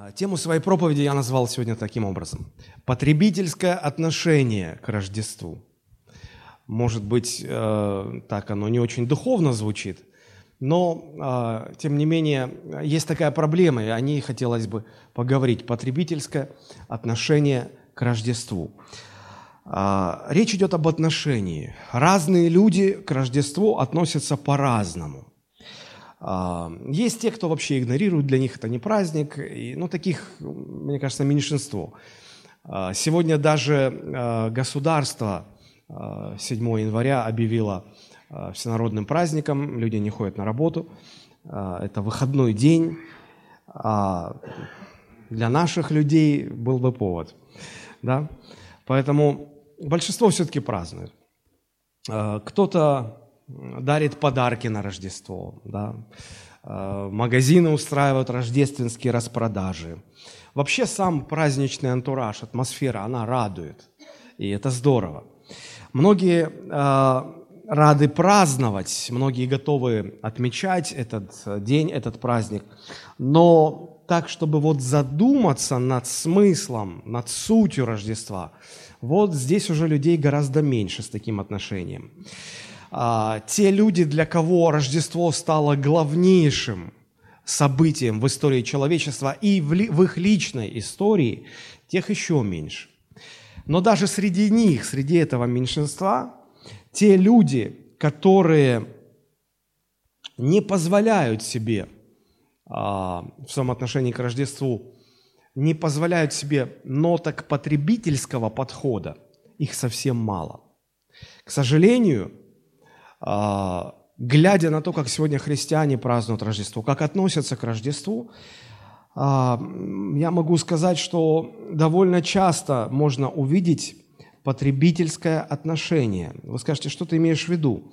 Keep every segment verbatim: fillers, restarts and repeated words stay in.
Тему своей проповеди я назвал сегодня таким образом. Потребительское отношение к Рождеству. Может быть, так оно не очень духовно звучит, но, тем не менее, есть такая проблема, и о ней хотелось бы поговорить. Потребительское отношение к Рождеству. Речь идет об отношении. Разные люди к Рождеству относятся по-разному. Есть те, кто вообще игнорирует, для них это не праздник, и, ну, таких, мне кажется, меньшинство. Сегодня даже государство седьмого января объявило всенародным праздником, люди не ходят на работу, это выходной день, для наших людей был бы повод, да? Поэтому большинство все-таки празднует. Кто-то дарит подарки на Рождество, да? Магазины устраивают рождественские распродажи. Вообще сам праздничный антураж, атмосфера, она радует, и это здорово. Многие э, рады праздновать, многие готовы отмечать этот день, этот праздник, но так, чтобы вот задуматься над смыслом, над сутью Рождества, вот здесь уже людей гораздо меньше с таким отношением. А, те люди, для кого Рождество стало главнейшим событием в истории человечества и в, ли, в их личной истории, тех еще меньше. Но даже среди них, среди этого меньшинства, те люди, которые не позволяют себе а, в своем отношении к Рождеству, не позволяют себе ноток потребительского подхода, их совсем мало. К сожалению, а, глядя на то, как сегодня христиане празднуют Рождество, как относятся к Рождеству, я могу сказать, что довольно часто можно увидеть потребительское отношение. Вы скажете, что ты имеешь в виду?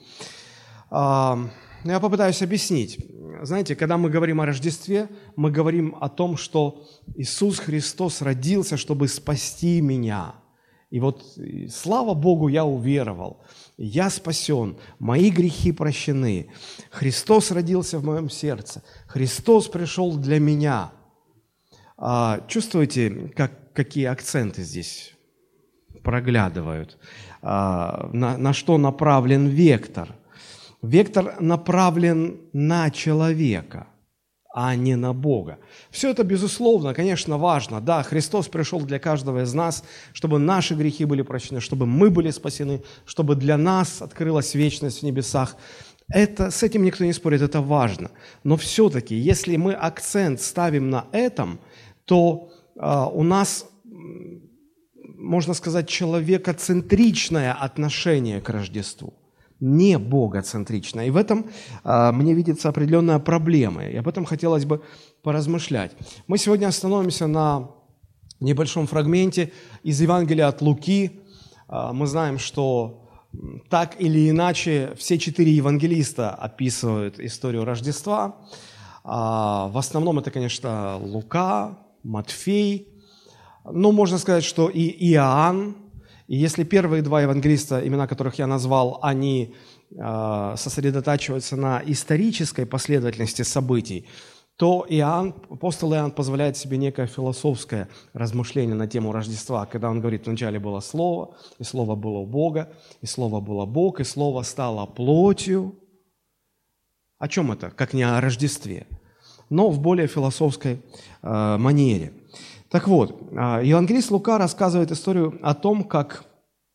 Я попытаюсь объяснить. Знаете, когда мы говорим о Рождестве, мы говорим о том, что Иисус Христос родился, чтобы спасти меня. И вот, слава Богу, я уверовал, я спасен, мои грехи прощены, Христос родился в моем сердце, Христос пришел для меня. А, чувствуете, как, какие акценты здесь проглядывают? А, на, на что направлен вектор? Вектор направлен на человека, а не на Бога. Все это, безусловно, конечно, важно. Да, Христос пришел для каждого из нас, чтобы наши грехи были прощены, чтобы мы были спасены, чтобы для нас открылась вечность в небесах. Это, с этим никто не спорит, это важно. Но все-таки, если мы акцент ставим на этом, то э, у нас, можно сказать, человекоцентричное отношение к Рождеству, не богоцентричное. И в этом э, мне видится определенная проблема, и об этом хотелось бы поразмышлять. Мы сегодня остановимся на небольшом фрагменте из Евангелия от Луки. Э, мы знаем, что так или иначе все четыре евангелиста описывают историю Рождества. Э, в основном это, конечно, Лука, Матфей, но можно сказать, что и Иоанн. И если первые два евангелиста, имена которых я назвал, они э, сосредотачиваются на исторической последовательности событий, то Иоанн, апостол Иоанн позволяет себе некое философское размышление на тему Рождества, когда он говорит, вначале было Слово, и Слово было у Бога, и Слово было Бог, и Слово стало плотью. О чем это? Как не о Рождестве, но в более философской э, манере. Так вот, евангелист Лука рассказывает историю о том, как,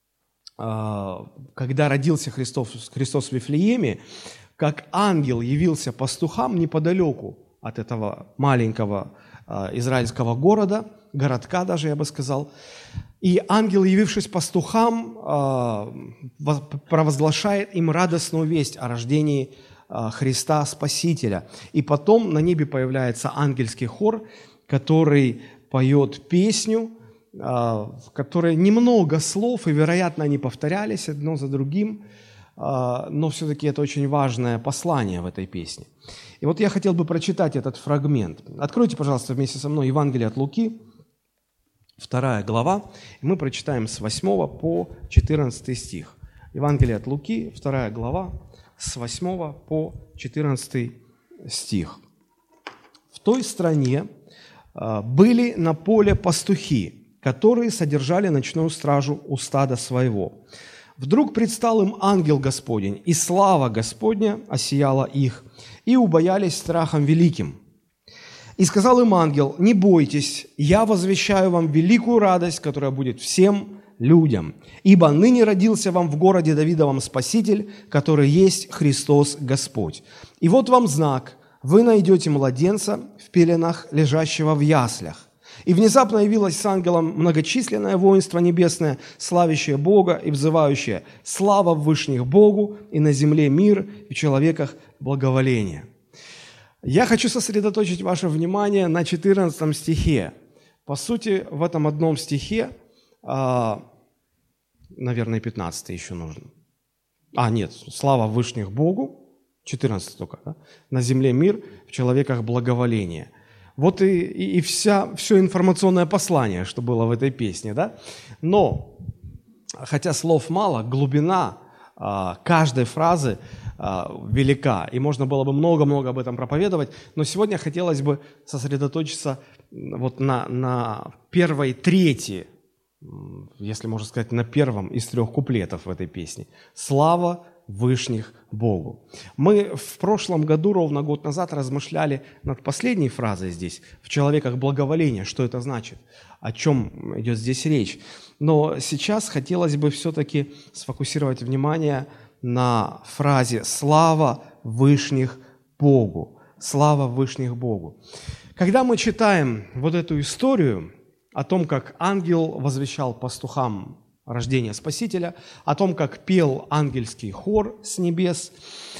когда родился Христос, Христос в Вифлееме, как ангел явился пастухам неподалеку от этого маленького израильского города, городка даже, я бы сказал. И ангел, явившись пастухам, провозглашает им радостную весть о рождении Христа Спасителя. И потом на небе появляется ангельский хор, который поет песню, в которой немного слов, и, вероятно, они повторялись одно за другим, но все-таки это очень важное послание в этой песне. И вот я хотел бы прочитать этот фрагмент. Откройте, пожалуйста, вместе со мной Евангелие от Луки, вторая глава, и мы прочитаем с восьмого по четырнадцатый стих. Евангелие от Луки, вторая глава, с восьмого по четырнадцатый стих. В той стране были на поле пастухи, которые содержали ночную стражу у стада своего. Вдруг предстал им ангел Господень, и слава Господня осияла их, и убоялись страхом великим. И сказал им ангел: не бойтесь, я возвещаю вам великую радость, которая будет всем людям, ибо ныне родился вам в городе Давидовом Спаситель, который есть Христос Господь. И вот вам знак: вы найдете младенца в пеленах, лежащего в яслях. И внезапно явилось с ангелом многочисленное воинство небесное, славящее Бога и взывающее: слава в вышних Богу, и на земле мир, и в человеках благоволение. Я хочу сосредоточить ваше внимание на четырнадцатом стихе. По сути, в этом одном стихе, наверное, пятнадцатый еще нужно. А, нет, слава в вышних Богу, четырнадцатый только, да? На земле мир, в человеках благоволение. Вот и, и, и вся, все информационное послание, что было в этой песне, да? Но, хотя слов мало, глубина а, каждой фразы а, велика, и можно было бы много-много об этом проповедовать, но сегодня хотелось бы сосредоточиться вот на, на первой трети, если можно сказать, на первом из трех куплетов в этой песне. «Слава вышних Богу». Мы в прошлом году, ровно год назад, размышляли над последней фразой здесь, в человеках благоволения, что это значит, о чем идет здесь речь. Но сейчас хотелось бы все-таки сфокусировать внимание на фразе «слава вышних Богу». «Слава вышних Богу». Когда мы читаем вот эту историю о том, как ангел возвещал пастухам рождение Спасителя, о том, как пел ангельский хор с небес,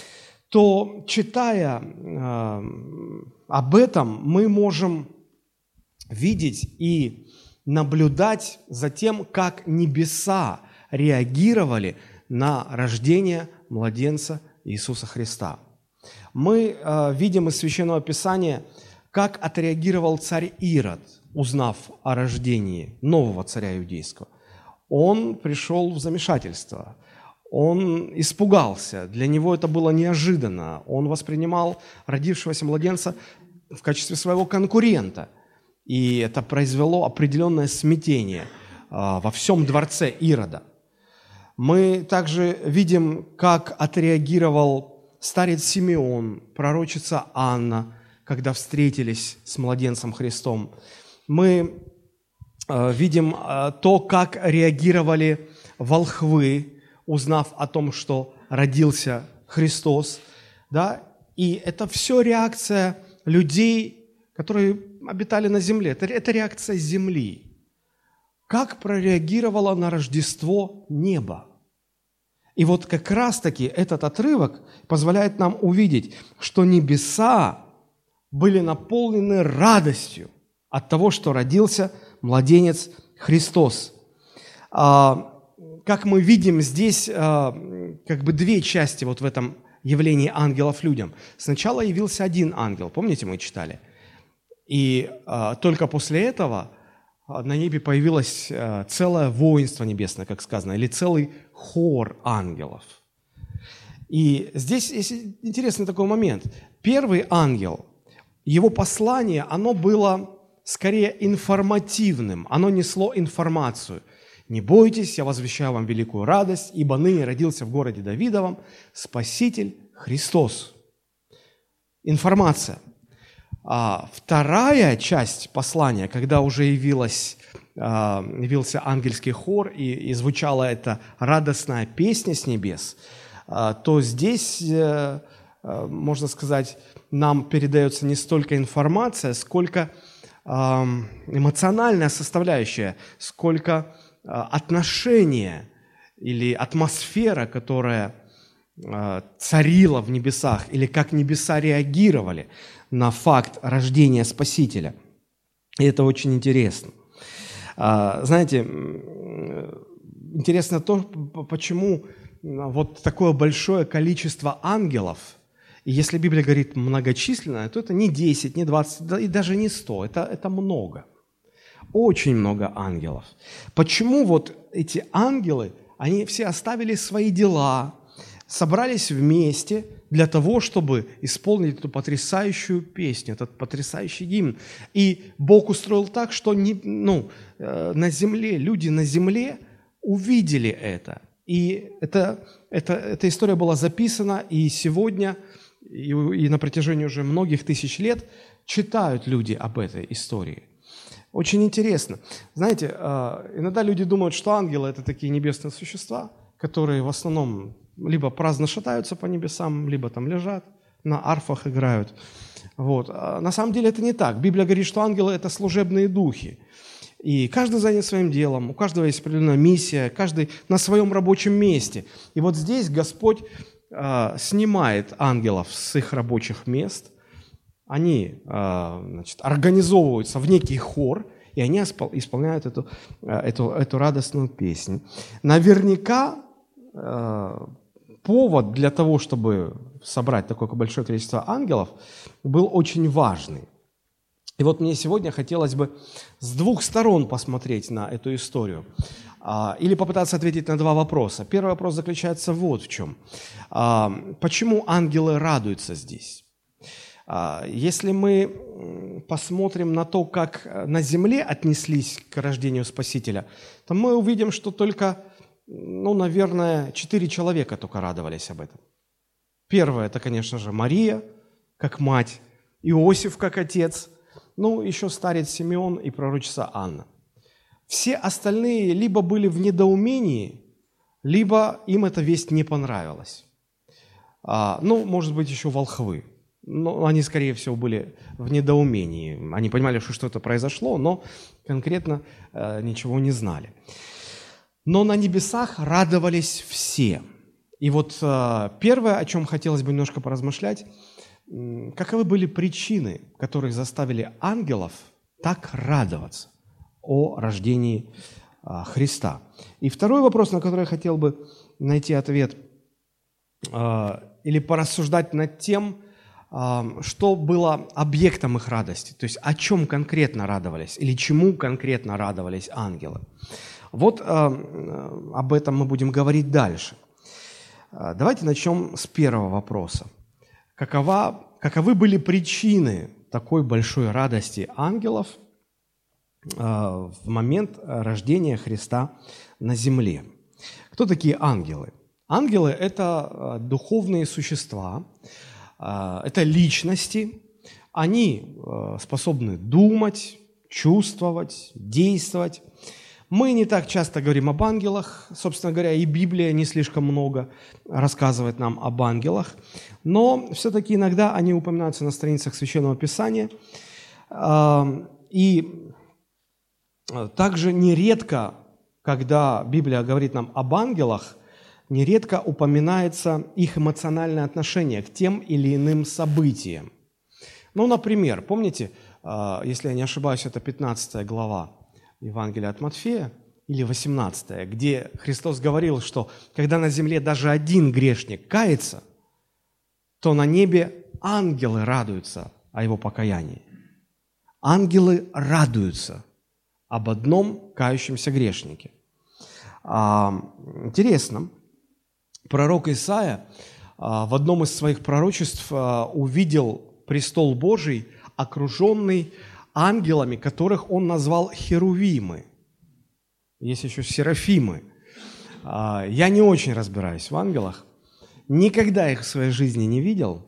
то, читая э, об этом, мы можем видеть и наблюдать за тем, как небеса реагировали на рождение младенца Иисуса Христа. Мы э, видим из Священного Писания, как отреагировал царь Ирод, узнав о рождении нового царя иудейского. Он пришел в замешательство, он испугался, для него это было неожиданно, он воспринимал родившегося младенца в качестве своего конкурента, и это произвело определенное смятение во всем дворце Ирода. Мы также видим, как отреагировал старец Симеон, пророчица Анна, когда встретились с младенцем Христом. Мы видим то, как реагировали волхвы, узнав о том, что родился Христос. Да? И это все реакция людей, которые обитали на земле. Это, это реакция земли. Как прореагировало на Рождество небо? И вот как раз-таки этот отрывок позволяет нам увидеть, что небеса были наполнены радостью от того, что родился младенец Христос. Как мы видим, здесь как бы две части вот в этом явлении ангелов людям. Сначала явился один ангел, помните, мы читали? И только после этого на небе появилось целое воинство небесное, как сказано, или целый хор ангелов. И здесь есть интересный такой момент. Первый ангел, его послание, оно было скорее информативным, оно несло информацию. «Не бойтесь, я возвещаю вам великую радость, ибо ныне родился в городе Давидовом Спаситель Христос». Информация. А вторая часть послания, когда уже явилась, явился ангельский хор и, и звучала эта радостная песня с небес, то здесь, можно сказать, нам передается не столько информация, сколько эмоциональная составляющая, сколько отношение или атмосфера, которая царила в небесах, или как небеса реагировали на факт рождения Спасителя. И это очень интересно. Знаете, интересно то, почему вот такое большое количество ангелов, и если Библия говорит многочисленное, то это не десять, не двадцать, и даже не сто, это, это много. Очень много ангелов. Почему вот эти ангелы, они все оставили свои дела, собрались вместе для того, чтобы исполнить эту потрясающую песню, этот потрясающий гимн. И Бог устроил так, что не, ну, на земле, люди на земле увидели это. И это, это, эта история была записана, и сегодня, и, и на протяжении уже многих тысяч лет читают люди об этой истории. Очень интересно. Знаете, иногда люди думают, что ангелы – это такие небесные существа, которые в основном либо праздно шатаются по небесам, либо там лежат, на арфах играют. Вот. А на самом деле это не так. Библия говорит, что ангелы – это служебные духи. И каждый занят своим делом, у каждого есть определенная миссия, каждый на своем рабочем месте. И вот здесь Господь а, снимает ангелов с их рабочих мест, они а, значит, организовываются в некий хор, и они исполняют эту, эту, эту радостную песню. Наверняка а, повод для того, чтобы собрать такое большое количество ангелов, был очень важный. И вот мне сегодня хотелось бы с двух сторон посмотреть на эту историю а, или попытаться ответить на два вопроса. Первый вопрос заключается вот в чем. А, почему ангелы радуются здесь? А, если мы посмотрим на то, как на земле отнеслись к рождению Спасителя, то мы увидим, что только, ну, наверное, четыре человека только радовались об этом. Первое – это, конечно же, Мария, как мать, Иосиф, как отец, ну, еще старец Симеон и пророчица Анна. Все остальные либо были в недоумении, либо им эта весть не понравилась. А, ну, может быть, еще волхвы. Но они, скорее всего, были в недоумении. Они понимали, что что-то произошло, но конкретно э, ничего не знали. Но на небесах радовались все. И вот э, первое, о чем хотелось бы немножко поразмышлять, э, каковы были причины, которые заставили ангелов так радоваться о рождении э, Христа. И второй вопрос, на который я хотел бы найти ответ, э, или порассуждать над тем, э, что было объектом их радости, то есть о чем конкретно радовались, или чему конкретно радовались ангелы. Вот э, об этом мы будем говорить дальше. Давайте начнем с первого вопроса. Какова, каковы были причины такой большой радости ангелов э, в момент рождения Христа на земле? Кто такие ангелы? Ангелы – это духовные существа, э, это личности. Они э, способны думать, чувствовать, действовать. Мы не так часто говорим об ангелах, собственно говоря, и Библия не слишком много рассказывает нам об ангелах, но все-таки иногда они упоминаются на страницах Священного Писания, и также нередко, когда Библия говорит нам об ангелах, нередко упоминается их эмоциональное отношение к тем или иным событиям. Ну, например, помните, если я не ошибаюсь, это пятнадцатая глава Евангелия от Матфея, или восемнадцатая, где Христос говорил, что когда на земле даже один грешник кается, то на небе ангелы радуются о его покаянии. Ангелы радуются об одном кающемся грешнике. А, интересно, пророк Исаия а, в одном из своих пророчеств а, увидел престол Божий, окруженный ангелами, которых он назвал херувимы. Есть еще серафимы. Я не очень разбираюсь в ангелах. Никогда их в своей жизни не видел.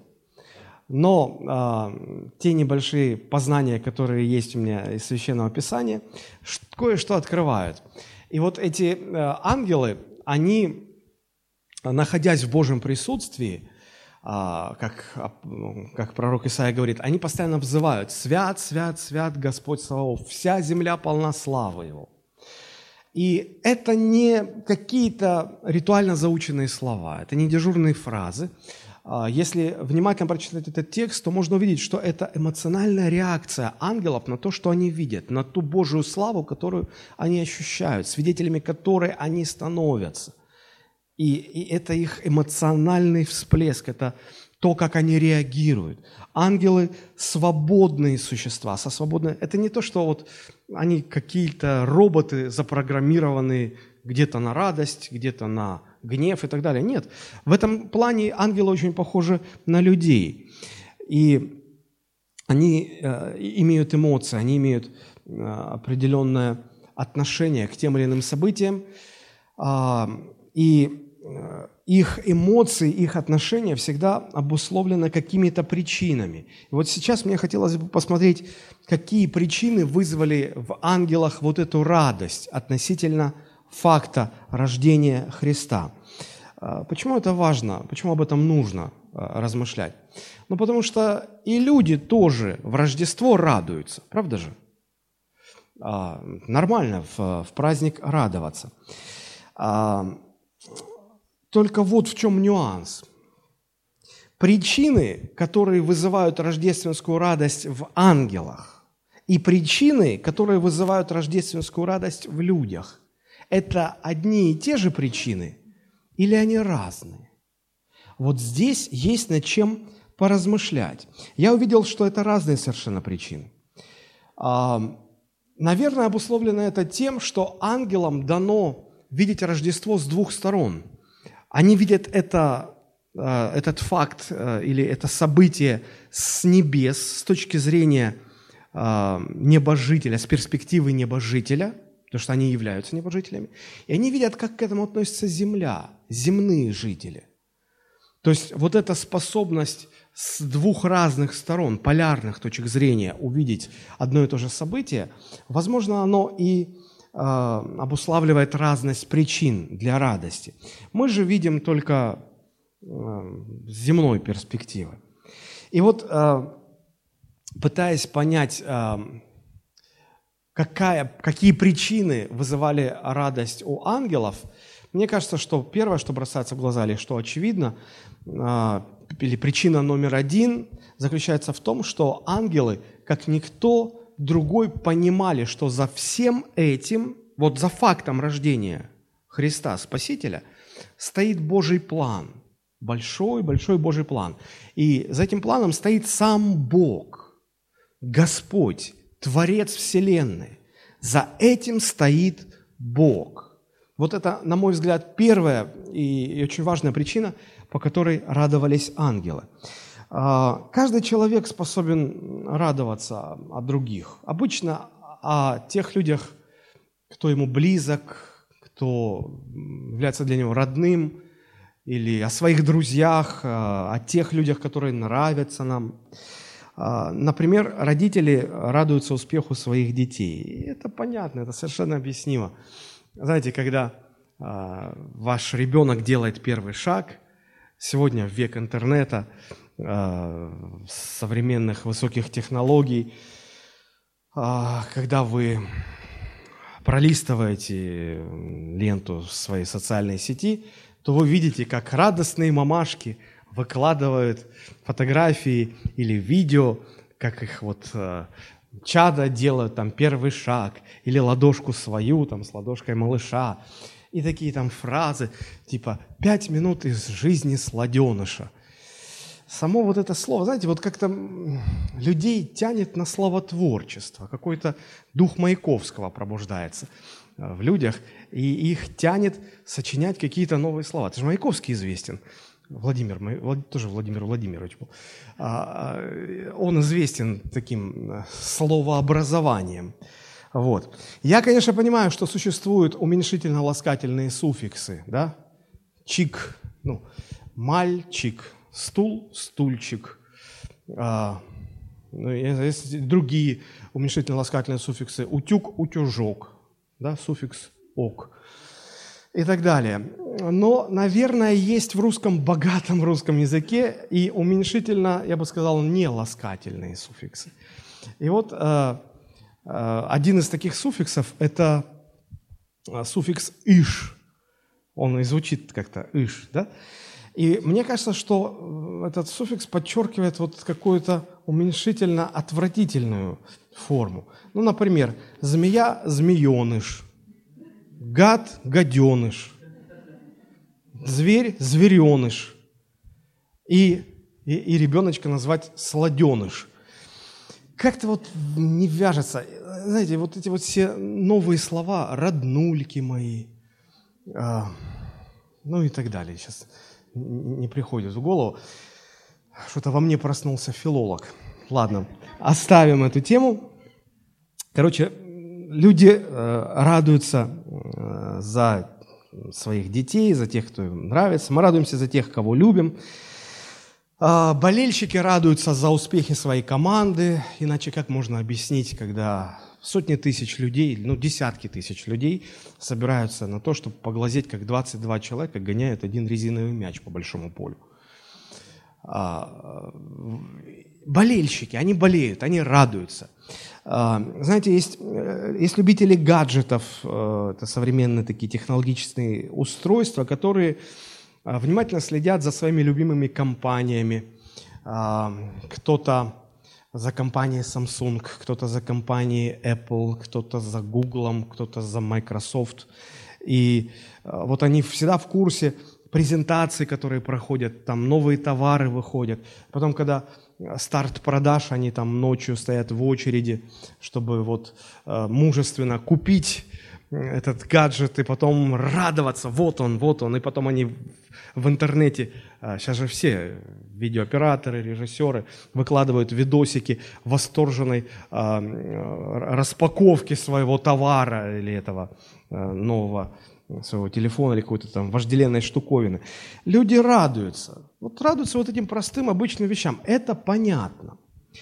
Но те небольшие познания, которые есть у меня из Священного Писания, кое-что открывают. И вот эти ангелы, они, находясь в Божьем присутствии, Как, как пророк Исаия говорит, они постоянно взывают: «Свят, свят, свят Господь Саваоф, вся земля полна славы Его». И это не какие-то ритуально заученные слова, это не дежурные фразы. Если внимательно прочитать этот текст, то можно увидеть, что это эмоциональная реакция ангелов на то, что они видят, на ту Божию славу, которую они ощущают, свидетелями которой они становятся. И, и это их эмоциональный всплеск, это то, как они реагируют. Ангелы – свободные существа, со свободной... Это не то, что вот они какие-то роботы, запрограммированные где-то на радость, где-то на гнев и так далее. Нет. В этом плане ангелы очень похожи на людей. И они э, имеют эмоции, они имеют э, определенное отношение к тем или иным событиям. Э, и э, их эмоции, их отношения всегда обусловлены какими-то причинами. И вот сейчас мне хотелось бы посмотреть, какие причины вызвали в ангелах вот эту радость относительно факта рождения Христа. Почему это важно? Почему об этом нужно размышлять? Ну, потому что и люди тоже в Рождество радуются, правда же? Нормально в, в праздник радоваться. Только вот в чем нюанс. Причины, которые вызывают рождественскую радость в ангелах, и причины, которые вызывают рождественскую радость в людях, это одни и те же причины или они разные? Вот здесь есть над чем поразмышлять. Я увидел, что это разные совершенно причины. Наверное, обусловлено это тем, что ангелам дано видеть Рождество с двух сторон. Они видят это, этот факт или это событие с небес, с точки зрения небожителя, с перспективы небожителя, потому что они являются небожителями, и они видят, как к этому относится земля, земные жители. То есть вот эта способность с двух разных сторон, полярных точек зрения увидеть одно и то же событие, возможно, оно и обуславливает разность причин для радости. Мы же видим только с земной перспективы. И вот, пытаясь понять, какая, какие причины вызывали радость у ангелов, мне кажется, что первое, что бросается в глаза, или что очевидно, или причина номер один заключается в том, что ангелы, как никто другой, понимали, что за всем этим, вот за фактом рождения Христа, Спасителя, стоит Божий план, большой-большой Божий план. И за этим планом стоит сам Бог, Господь, Творец Вселенной. За этим стоит Бог. Вот это, на мой взгляд, первая и очень важная причина, по которой радовались ангелы. Каждый человек способен радоваться от других. Обычно о тех людях, кто ему близок, кто является для него родным, или о своих друзьях, о тех людях, которые нравятся нам. Например, родители радуются успеху своих детей. И это понятно, это совершенно объяснимо. Знаете, когда ваш ребенок делает первый шаг, сегодня в век интернета, современных высоких технологий, когда вы пролистываете ленту своей социальной сети, то вы видите, как радостные мамашки выкладывают фотографии или видео, как их вот чада делают там первый шаг, или ладошку свою там с ладошкой малыша, и такие там фразы, типа «пять минут из жизни сладеныша». Само вот это слово, знаете, вот как-то людей тянет на словотворчество, какой-то дух Маяковского пробуждается в людях, и их тянет сочинять какие-то новые слова. Это же Маяковский известен, Владимир, тоже Владимир Владимирович был. Он известен таким словообразованием. Вот. Я, конечно, понимаю, что существуют уменьшительно-ласкательные суффиксы, да? Чик, ну, мальчик, стул, стульчик. А, ну, есть другие уменьшительно-ласкательные суффиксы. Утюг, утюжок, да? Суффикс ок и так далее. Но, наверное, есть в русском, богатом русском языке и уменьшительно, я бы сказал, неласкательные суффиксы. И вот э, э, один из таких суффиксов – это суффикс «иш». Он и звучит как-то «иш», да? И мне кажется, что этот суффикс подчеркивает вот какую-то уменьшительно-отвратительную форму. Ну, например, змея – змееныш, гад – гаденыш, зверь – звереныш, и, и, и ребеночка назвать сладеныш. Как-то вот не вяжется. Знаете, вот эти вот все новые слова, роднульки мои, ну и так далее. Сейчас не приходит в голову. Что-то во мне проснулся филолог. Ладно, оставим эту тему. Короче, люди э, радуются э, за своих детей, за тех, кто им нравится. Мы радуемся за тех, кого любим. Э, болельщики радуются за успехи своей команды. Иначе как можно объяснить, когда сотни тысяч людей, ну десятки тысяч людей собираются на то, чтобы поглазеть, как двадцать два человека гоняют один резиновый мяч по большому полю. Болельщики, они болеют, они радуются. Знаете, есть, есть любители гаджетов, это современные такие технологические устройства, которые внимательно следят за своими любимыми компаниями. Кто-то за компанией Samsung, кто-то за компанией Apple, кто-то за Google, кто-то за Microsoft. И вот они всегда в курсе презентации, которые проходят, там новые товары выходят. Потом, когда старт продаж, они там ночью стоят в очереди, чтобы вот э, мужественно купить этот гаджет и потом радоваться. Вот он, вот он. И потом они в, в интернете, э, сейчас же все видеооператоры, режиссеры выкладывают видосики восторженной э, распаковки своего товара или этого э, нового своего телефона или какой-то там вожделенной штуковины. Люди радуются. Вот радуются вот этим простым, обычным вещам. Это понятно.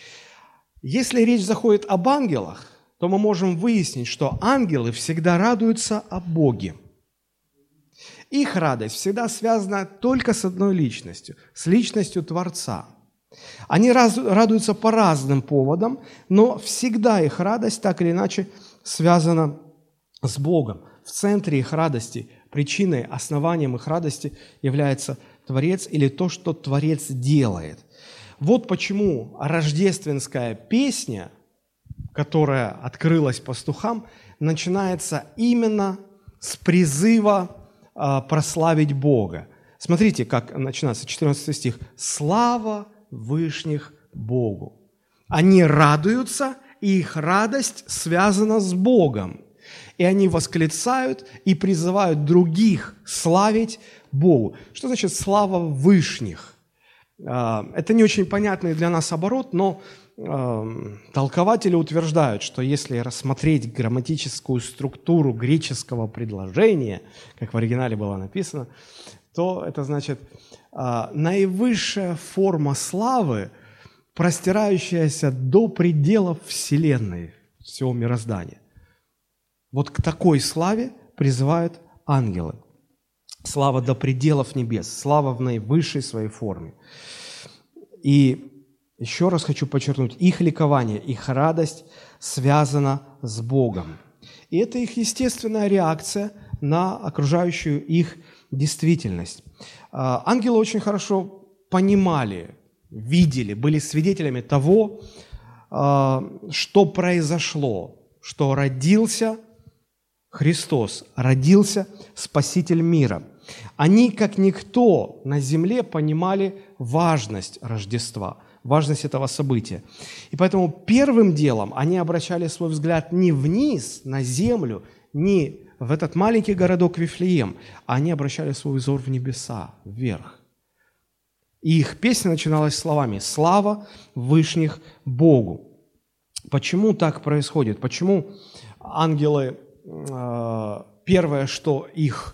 Если речь заходит об ангелах, то мы можем выяснить, что ангелы всегда радуются о Боге. Их радость всегда связана только с одной личностью, с личностью Творца. Они радуются по разным поводам, но всегда их радость так или иначе связана с Богом. В центре их радости, причиной, основанием их радости является Творец или то, что Творец делает. Вот почему рождественская песня, которая открылась пастухам, начинается именно с призыва э, прославить Бога. Смотрите, как начинается четырнадцатый стих. «Слава Вышних Богу». Они радуются, и их радость связана с Богом. И они восклицают и призывают других славить Богу. Что значит «слава Вышних»? Это не очень понятный для нас оборот, но толкователи утверждают, что если рассмотреть грамматическую структуру греческого предложения, как в оригинале было написано, то это значит наивысшая форма славы, простирающаяся до пределов Вселенной, всего мироздания. Вот к такой славе призывают ангелы. Слава до пределов небес, слава в наивысшей своей форме. И еще раз хочу подчеркнуть, их ликование, их радость связана с Богом. И это их естественная реакция на окружающую их действительность. Ангелы очень хорошо понимали, видели, были свидетелями того, что произошло, что родился Христос, родился Спаситель мира. Они, как никто на земле, понимали важность Рождества, важность этого события. И поэтому первым делом они обращали свой взгляд не вниз, на землю, не в этот маленький городок Вифлеем, а они обращали свой взор в небеса, вверх. И их песня начиналась словами «Слава Вышних Богу». Почему так происходит? Почему ангелы, первое, что их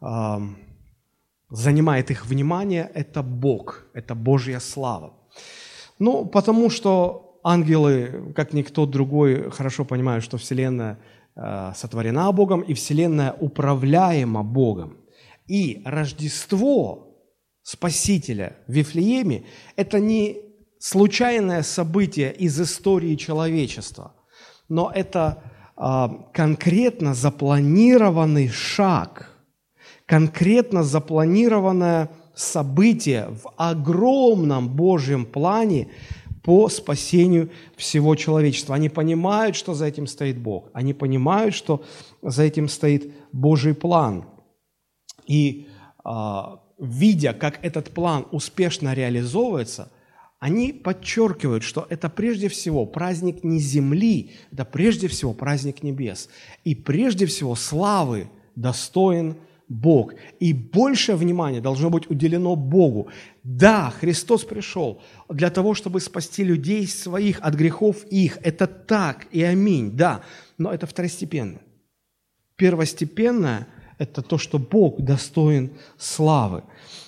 занимает их внимание, это Бог, это Божья слава. Ну, потому что ангелы, как никто другой, хорошо понимают, что Вселенная сотворена Богом, и Вселенная управляема Богом. И Рождество Спасителя в Вифлееме – это не случайное событие из истории человечества, но это а, конкретно запланированный шаг, конкретно запланированное событие в огромном Божьем плане по спасению всего человечества. Они понимают, что за этим стоит Бог. Они понимают, что за этим стоит Божий план. И а, видя, как этот план успешно реализовывается, они подчеркивают, что это прежде всего праздник не земли, это прежде всего праздник небес. И прежде всего славы достоин Бог. И больше внимания должно быть уделено Богу. Да, Христос пришел для того, чтобы спасти людей своих от грехов их. Это так и аминь, да, но это второстепенно. Первостепенное – это то, что Бог достоин славы.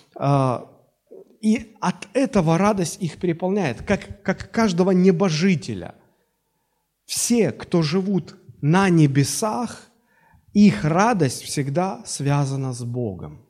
И от этого радость их переполняет, как, как каждого небожителя. Все, кто живут на небесах, их радость всегда связана с Богом.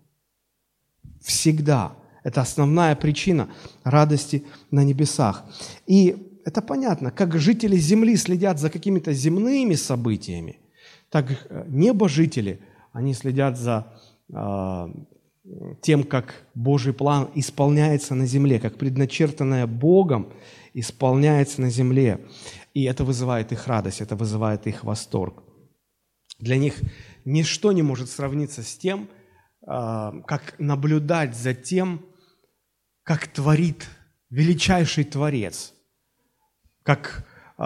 Всегда. Это основная причина радости на небесах. И это понятно, как жители земли следят за какими-то земными событиями, так небожители, они следят за э, тем, как Божий план исполняется на земле, как предначертанное Богом исполняется на земле. И это вызывает их радость, это вызывает их восторг. Для них ничто не может сравниться с тем, как наблюдать за тем, как творит величайший Творец, как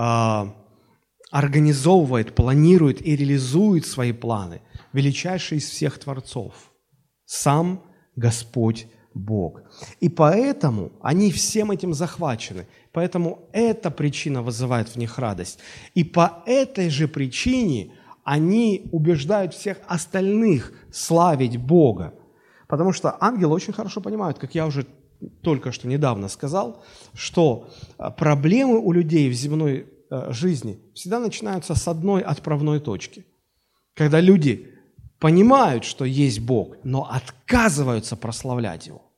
организовывает, планирует и реализует свои планы величайший из всех творцов, сам Господь Бог. И поэтому они всем этим захвачены. Поэтому эта причина вызывает в них радость. И по этой же причине они убеждают всех остальных славить Бога. Потому что ангелы очень хорошо понимают, как я уже только что недавно сказал, что проблемы у людей в земной жизни всегда начинаются с одной отправной точки. Когда люди понимают, что есть Бог, но отказываются прославлять Его.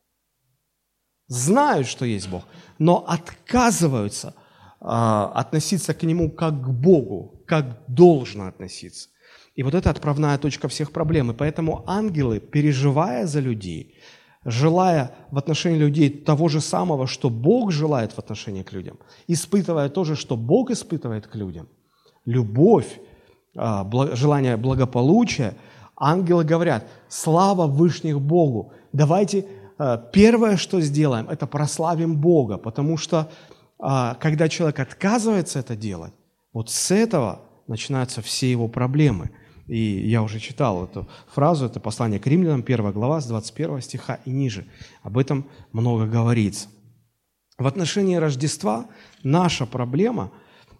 Знают, что есть Бог, но отказываются э, относиться к Нему как к Богу, как должно относиться. И вот это отправная точка всех проблем. И поэтому ангелы, переживая за людей, желая в отношении людей того же самого, что Бог желает в отношении к людям, испытывая то же, что Бог испытывает к людям, любовь, э, благ, желание благополучия, ангелы говорят: слава Вышних Богу, давайте... Первое, что сделаем, это прославим Бога, потому что, когда человек отказывается это делать, вот с этого начинаются все его проблемы. И я уже читал эту фразу, это послание к Римлянам, первая глава, с двадцать первого стиха и ниже. Об этом много говорится. В отношении Рождества наша проблема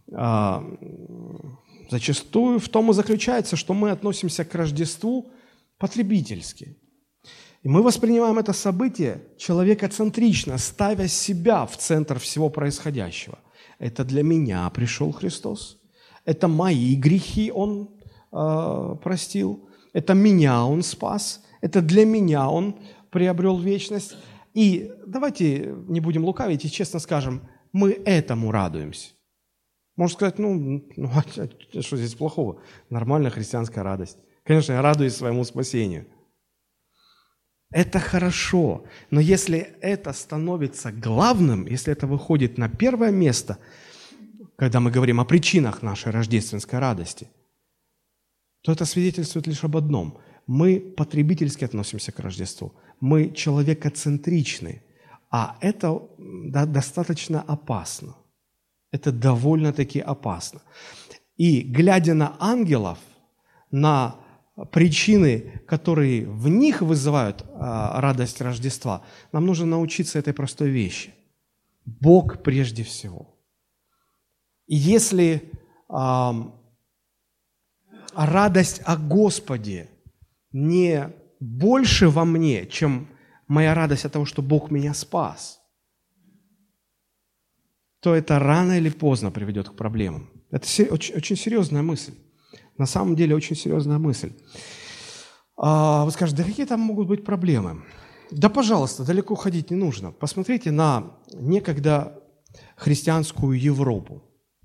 зачастую в том и заключается, что мы относимся к Рождеству потребительски. И мы воспринимаем это событие человекоцентрично, ставя себя в центр всего происходящего. Это для меня пришел Христос, это мои грехи Он э, простил, это меня Он спас, это для меня Он приобрел вечность. И давайте не будем лукавить и честно скажем, мы этому радуемся. Можно сказать, ну, ну а что здесь плохого? Нормальная христианская радость. Конечно, я радуюсь своему спасению. Это хорошо, но если это становится главным, если это выходит на первое место, когда мы говорим о причинах нашей рождественской радости, то это свидетельствует лишь об одном. Мы потребительски относимся к Рождеству, мы человекоцентричны, а это да, достаточно опасно. Это довольно-таки опасно. И глядя на ангелов, на причины, которые в них вызывают а, радость Рождества, нам нужно научиться этой простой вещи. Бог прежде всего. И если а, радость о Господе не больше во мне, чем моя радость от того, что Бог меня спас, то это рано или поздно приведет к проблемам. Это очень, очень серьезная мысль. На самом деле очень серьезная мысль. Вы скажете, да какие там могут быть проблемы? Да, пожалуйста, далеко ходить не нужно. Посмотрите на некогда христианскую Европу,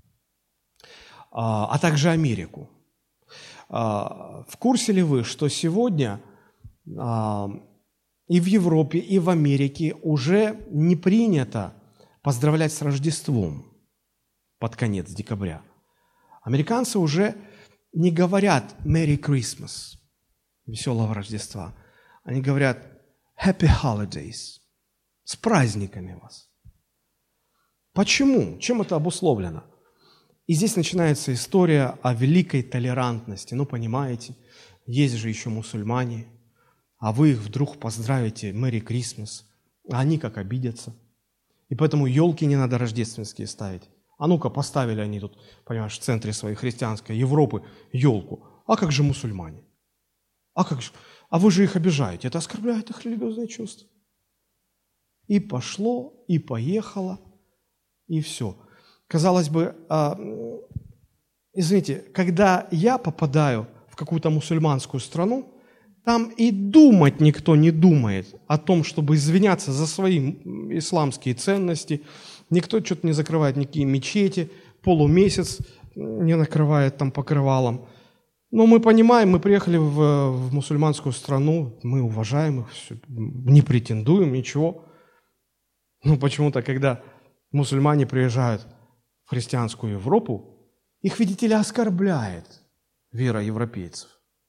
а также Америку. В курсе ли вы, что сегодня и в Европе, и в Америке уже не принято поздравлять с Рождеством под конец декабря? Американцы уже не говорят «Merry Christmas», веселого Рождества. Они говорят «Happy Holidays», с праздниками вас. Почему? Чем это обусловлено? И здесь начинается история о великой толерантности. Ну, понимаете, есть же еще мусульмане, а вы их вдруг поздравите «Мэри Крисмас», а они как обидятся. И поэтому елки не надо рождественские ставить. А ну-ка, поставили они тут, понимаешь, в центре своей христианской Европы елку. А как же мусульмане? А как же? А вы же их обижаете. Это оскорбляет их религиозные чувства. И пошло, и поехало, и все. Казалось бы, а, извините, когда я попадаю в какую-то мусульманскую страну, там и думать никто не думает о том, чтобы извиняться за свои исламские ценности. Никто что-то не закрывает никакие мечети, полумесяц не накрывает там покрывалом. Но мы понимаем, мы приехали в, в мусульманскую страну, мы уважаем их, все, не претендуем, ничего. Но почему-то, когда мусульмане приезжают в христианскую Европу, их, видите ли, оскорбляет вера европейцев.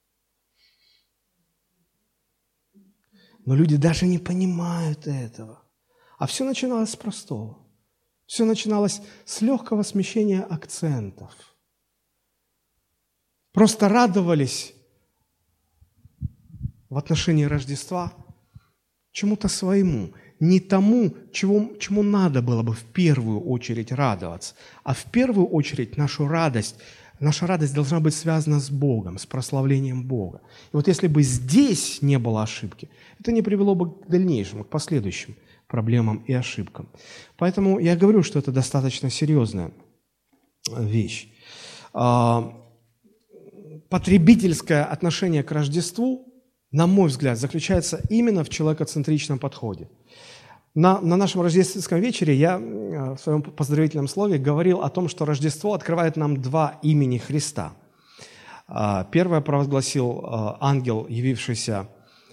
Но люди даже не понимают этого. А все начиналось с простого. Все начиналось с легкого смещения акцентов. Просто радовались в отношении Рождества чему-то своему, не тому, чему, чему надо было бы в первую очередь радоваться, а в первую очередь нашу радость, наша радость должна быть связана с Богом, с прославлением Бога. И вот если бы здесь не было ошибки, это не привело бы к дальнейшему, к последующим проблемам и ошибкам. Поэтому я говорю, что это достаточно серьезная вещь. Потребительское отношение к Рождеству, на мой взгляд, заключается именно в человекоцентричном подходе. На, на нашем рождественском вечере я в своем поздравительном слове говорил о том, что Рождество открывает нам два имени Христа. Первое провозгласил ангел, явившийся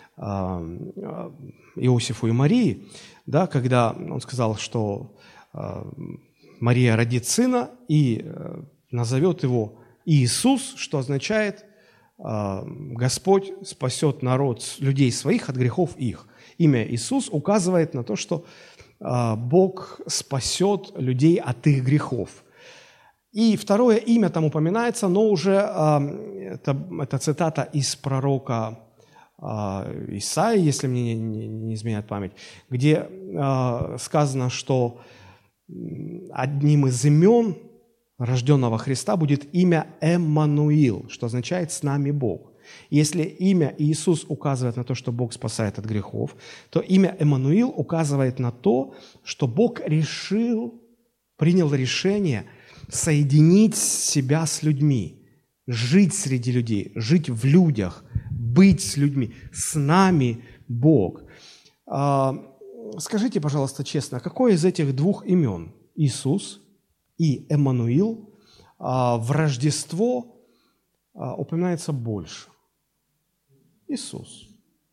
Иосифу и Марии, да, когда он сказал, что Мария родит сына и назовет его Иисус, что означает «Господь спасет народ, людей своих от грехов их». Имя Иисус указывает на то, что Бог спасет людей от их грехов. И второе имя там упоминается, но уже это, это цитата из пророка Исаии, если мне не, не изменяет память, где сказано, что одним из имен рожденного Христа будет имя Эммануил, что означает «с нами Бог». Если имя Иисус указывает на то, что Бог спасает от грехов, то имя Эммануил указывает на то, что Бог решил, принял решение соединить себя с людьми, жить среди людей, жить в людях, быть с людьми. С нами Бог. Скажите, пожалуйста, честно, какое из этих двух имен, Иисус и Эммануил, в Рождество упоминается больше? Иисус.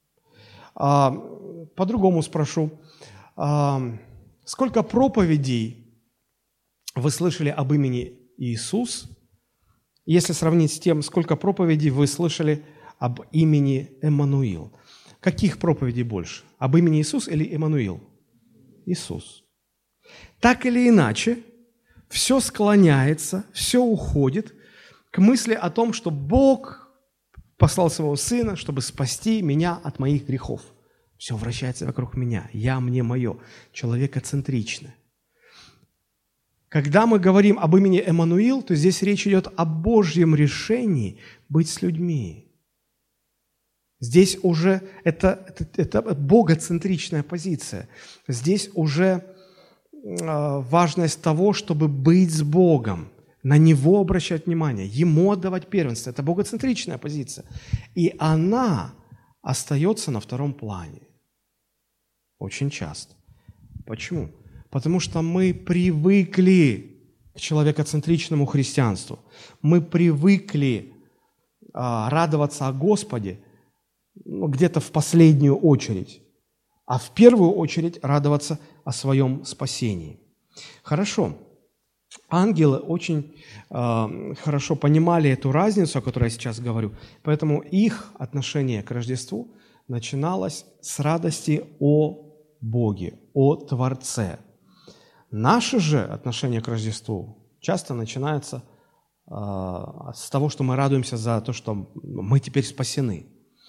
По-другому спрошу, сколько проповедей вы слышали об имени Иисус, если сравнить с тем, сколько проповедей вы слышали об имени Эммануил? Каких проповедей больше? Об имени Иисус или Эммануил? Иисус. Так или иначе, все склоняется, все уходит к мысли о том, что Бог послал своего Сына, чтобы спасти меня от моих грехов. Все вращается вокруг меня. Я, мне, мое. Человекоцентрично. Когда мы говорим об имени Эммануил, то здесь речь идет о Божьем решении быть с людьми. Здесь уже это, это, это богоцентричная позиция. Здесь уже э, важность того, чтобы быть с Богом, на Него обращать внимание, Ему отдавать первенство. Это богоцентричная позиция. И она остается на втором плане. Очень часто. Почему? Потому что мы привыкли к человекоцентричному христианству. Мы привыкли а, радоваться о Господе, ну, где-то в последнюю очередь, а в первую очередь радоваться о своем спасении. Хорошо. Ангелы очень э, хорошо понимали эту разницу, о которой я сейчас говорю, поэтому их отношение к Рождеству начиналось с радости о Боге, о Творце. Наше же отношение к Рождеству часто начинается э, с того, что мы радуемся за то, что мы теперь спасены.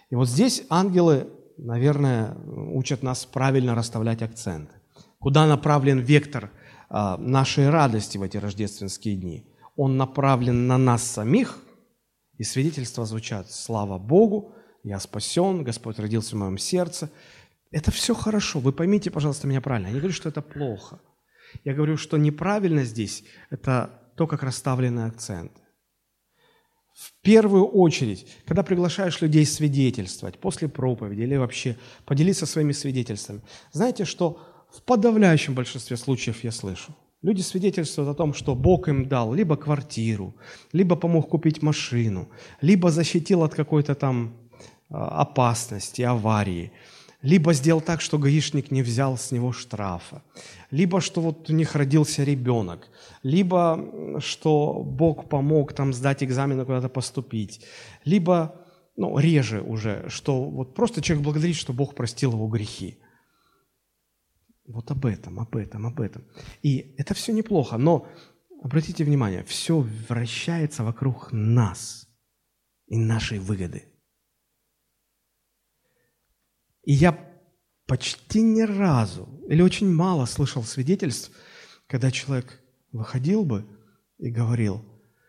И вот здесь ангелы, наверное, учат нас правильно расставлять акценты. Куда направлен вектор а, нашей радости в эти рождественские дни? Он направлен на нас самих, и свидетельства звучат: «Слава Богу, я спасен, Господь родился в моем сердце». Это все хорошо. Вы поймите, пожалуйста, меня правильно. Я не говорю, что это плохо. Я говорю, что неправильно здесь – это то, как расставлены акценты. В первую очередь, когда приглашаешь людей свидетельствовать после проповеди или вообще поделиться своими свидетельствами, знаете, что в подавляющем большинстве случаев я слышу? Люди свидетельствуют о том, что Бог им дал либо квартиру, либо помог купить машину, либо защитил от какой-то там опасности, аварии, либо сделал так, что гаишник не взял с него штрафа, либо что вот у них родился ребенок, либо что Бог помог там сдать экзамен, куда-то поступить, либо, ну, реже уже, что вот просто человек благодарит, что Бог простил его грехи. Вот об этом, об этом, об этом. И это все неплохо, но обратите внимание, все вращается вокруг нас и нашей выгоды. И я почти ни разу или очень мало слышал свидетельств, когда человек выходил бы и говорил: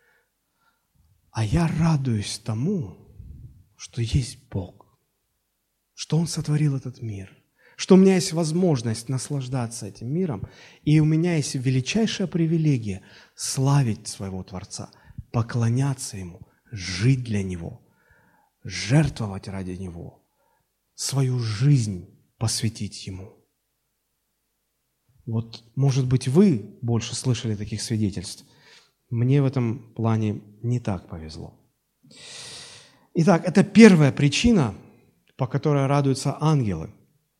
а я радуюсь тому, что есть Бог, что Он сотворил этот мир, что у меня есть возможность наслаждаться этим миром, и у меня есть величайшая привилегия славить своего Творца, поклоняться Ему, жить для Него, жертвовать ради Него, свою жизнь посвятить Ему. Вот, может быть, вы больше слышали таких свидетельств. Мне в этом плане не так повезло. Итак, это первая причина, по которой радуются ангелы.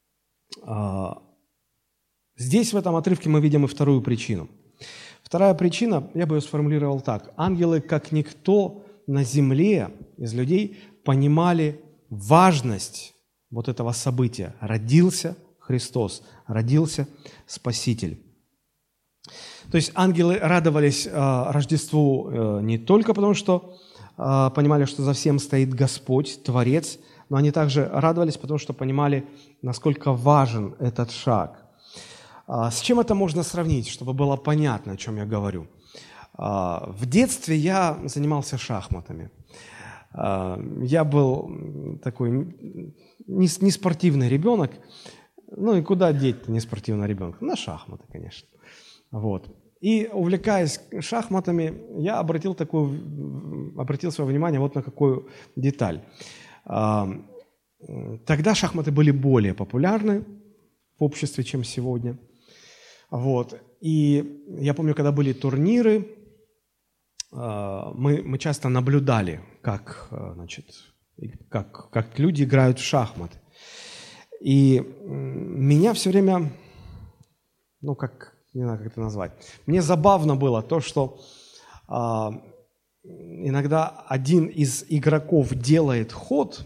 Здесь, в этом отрывке, мы видим и вторую причину. Вторая причина, я бы ее сформулировал так. Ангелы, как никто на земле из людей, понимали важность вот этого события. Родился Христос, родился Спаситель. То есть ангелы радовались э, Рождеству э, не только потому, что э, понимали, что за всем стоит Господь, Творец, но они также радовались, потому что понимали, насколько важен этот шаг. Э, с чем это можно сравнить, чтобы было понятно, о чем я говорю? Э, в детстве я занимался шахматами. Э, я был такой не, не спортивный ребенок. Ну и куда деть-то неспортивного ребенка? На шахматы, конечно. Вот. И, увлекаясь шахматами, я обратил, такую, обратил свое внимание вот на какую деталь. Тогда шахматы были более популярны в обществе, чем сегодня. Вот. И я помню, когда были турниры, мы, мы часто наблюдали, как, значит, как, как люди играют в шахматы. И меня все время, ну, как, не знаю, как это назвать, мне забавно было то, что а, иногда один из игроков делает ход,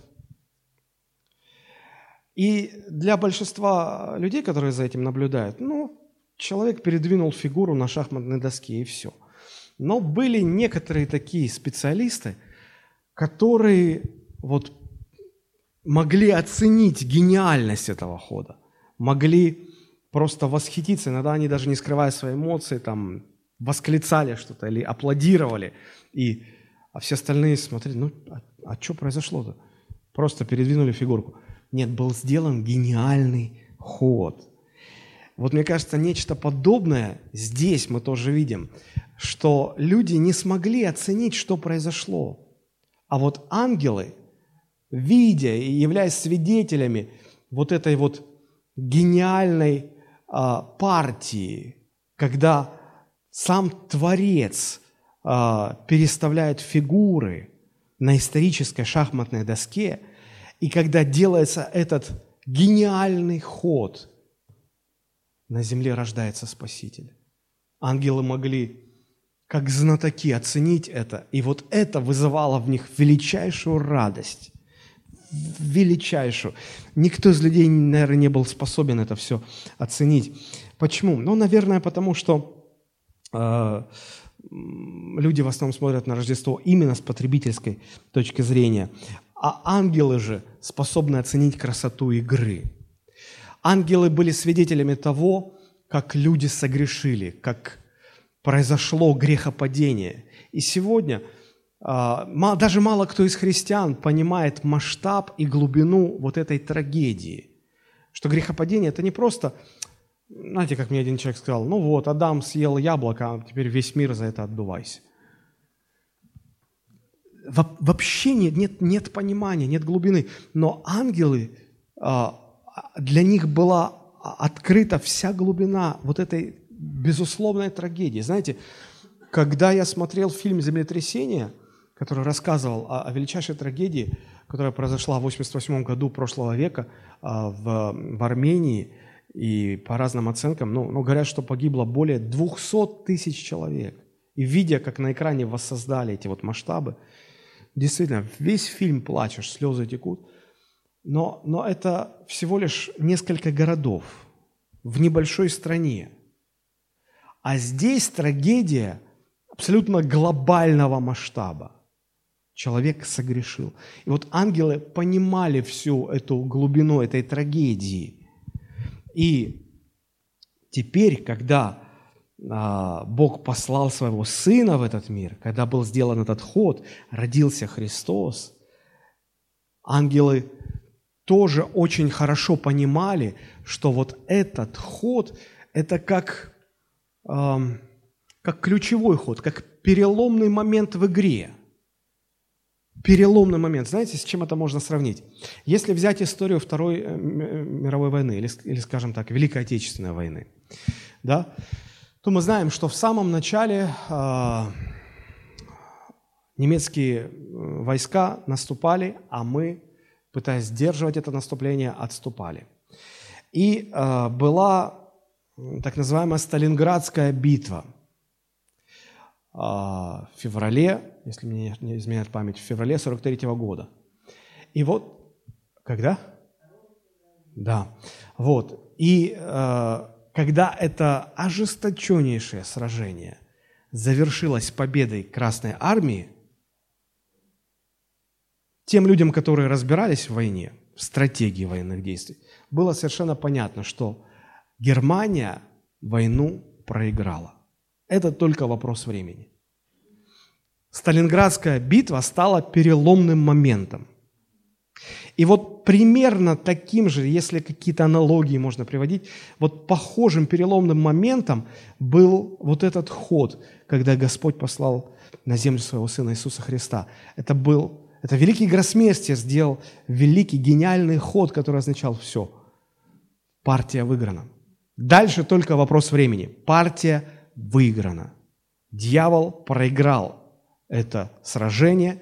и для большинства людей, которые за этим наблюдают, ну, человек передвинул фигуру на шахматной доске, и все. Но были некоторые такие специалисты, которые вот могли оценить гениальность этого хода, могли просто восхититься, иногда они даже не скрывая свои эмоции, там, восклицали что-то или аплодировали, и, а все остальные смотрели, ну, а, а что произошло-то? Просто передвинули фигурку. Нет, был сделан гениальный ход. Вот мне кажется, нечто подобное здесь мы тоже видим, что люди не смогли оценить, что произошло, а вот ангелы, видя и являясь свидетелями вот этой вот гениальной а, партии, когда сам Творец а, переставляет фигуры на исторической шахматной доске, и когда делается этот гениальный ход, на земле рождается Спаситель. Ангелы могли, как знатоки, оценить это, и вот это вызывало в них величайшую радость. величайшую. Никто из людей, наверное, не был способен это все оценить. Почему? Ну, наверное, потому что э, люди в основном смотрят на Рождество именно с потребительской точки зрения. а ангелы же способны оценить красоту игры. Ангелы были свидетелями того, как люди согрешили, как произошло грехопадение. И сегодня а, даже мало кто из христиан понимает масштаб и глубину вот этой трагедии, что грехопадение – это не просто, знаете, как мне один человек сказал, ну вот, Адам съел яблоко, а теперь весь мир за это отдувайся. Во- вообще нет, нет, нет понимания, нет глубины. Но ангелы, а, для них была открыта вся глубина вот этой безусловной трагедии. Знаете, когда я смотрел фильм «Землетрясение», который рассказывал о, о величайшей трагедии, которая произошла в восемьдесят восьмом году прошлого века а, в, в Армении, и по разным оценкам, ну, ну, говорят, что погибло более двухсот тысяч человек. И видя, как на экране воссоздали эти вот масштабы, действительно, весь фильм плачешь, слезы текут, но, но это всего лишь несколько городов в небольшой стране. А здесь трагедия абсолютно глобального масштаба. Человек согрешил. И вот ангелы понимали всю эту глубину этой трагедии. И теперь, когда а, Бог послал своего Сына в этот мир, когда был сделан этот ход, родился Христос, ангелы тоже очень хорошо понимали, что вот этот ход – это как, э, как ключевой ход, как переломный момент в игре. Переломный момент. Знаете, с чем это можно сравнить? Если взять историю Второй мировой войны, или, или скажем так, Великой Отечественной войны, да, то мы знаем, что в самом начале э, немецкие войска наступали, а мы, пытаясь сдерживать это наступление, отступали. И э, была так называемая Сталинградская битва. Э, в феврале, если мне не изменяет память, в феврале сорок третьего года. И вот, когда? Да. Вот. И э, когда это ожесточеннейшее сражение завершилось победой Красной Армии, тем людям, которые разбирались в войне, в стратегии военных действий, было совершенно понятно, что Германия войну проиграла. Это только вопрос времени. Сталинградская битва стала переломным моментом. И вот примерно таким же, если какие-то аналогии можно приводить, вот похожим переломным моментом был вот этот ход, когда Господь послал на землю своего Сына Иисуса Христа. Это был Это великий гроссмейстер сделал великий, гениальный ход, который означал все. Партия выиграна. Дальше только вопрос времени. Партия выиграна. Дьявол проиграл это сражение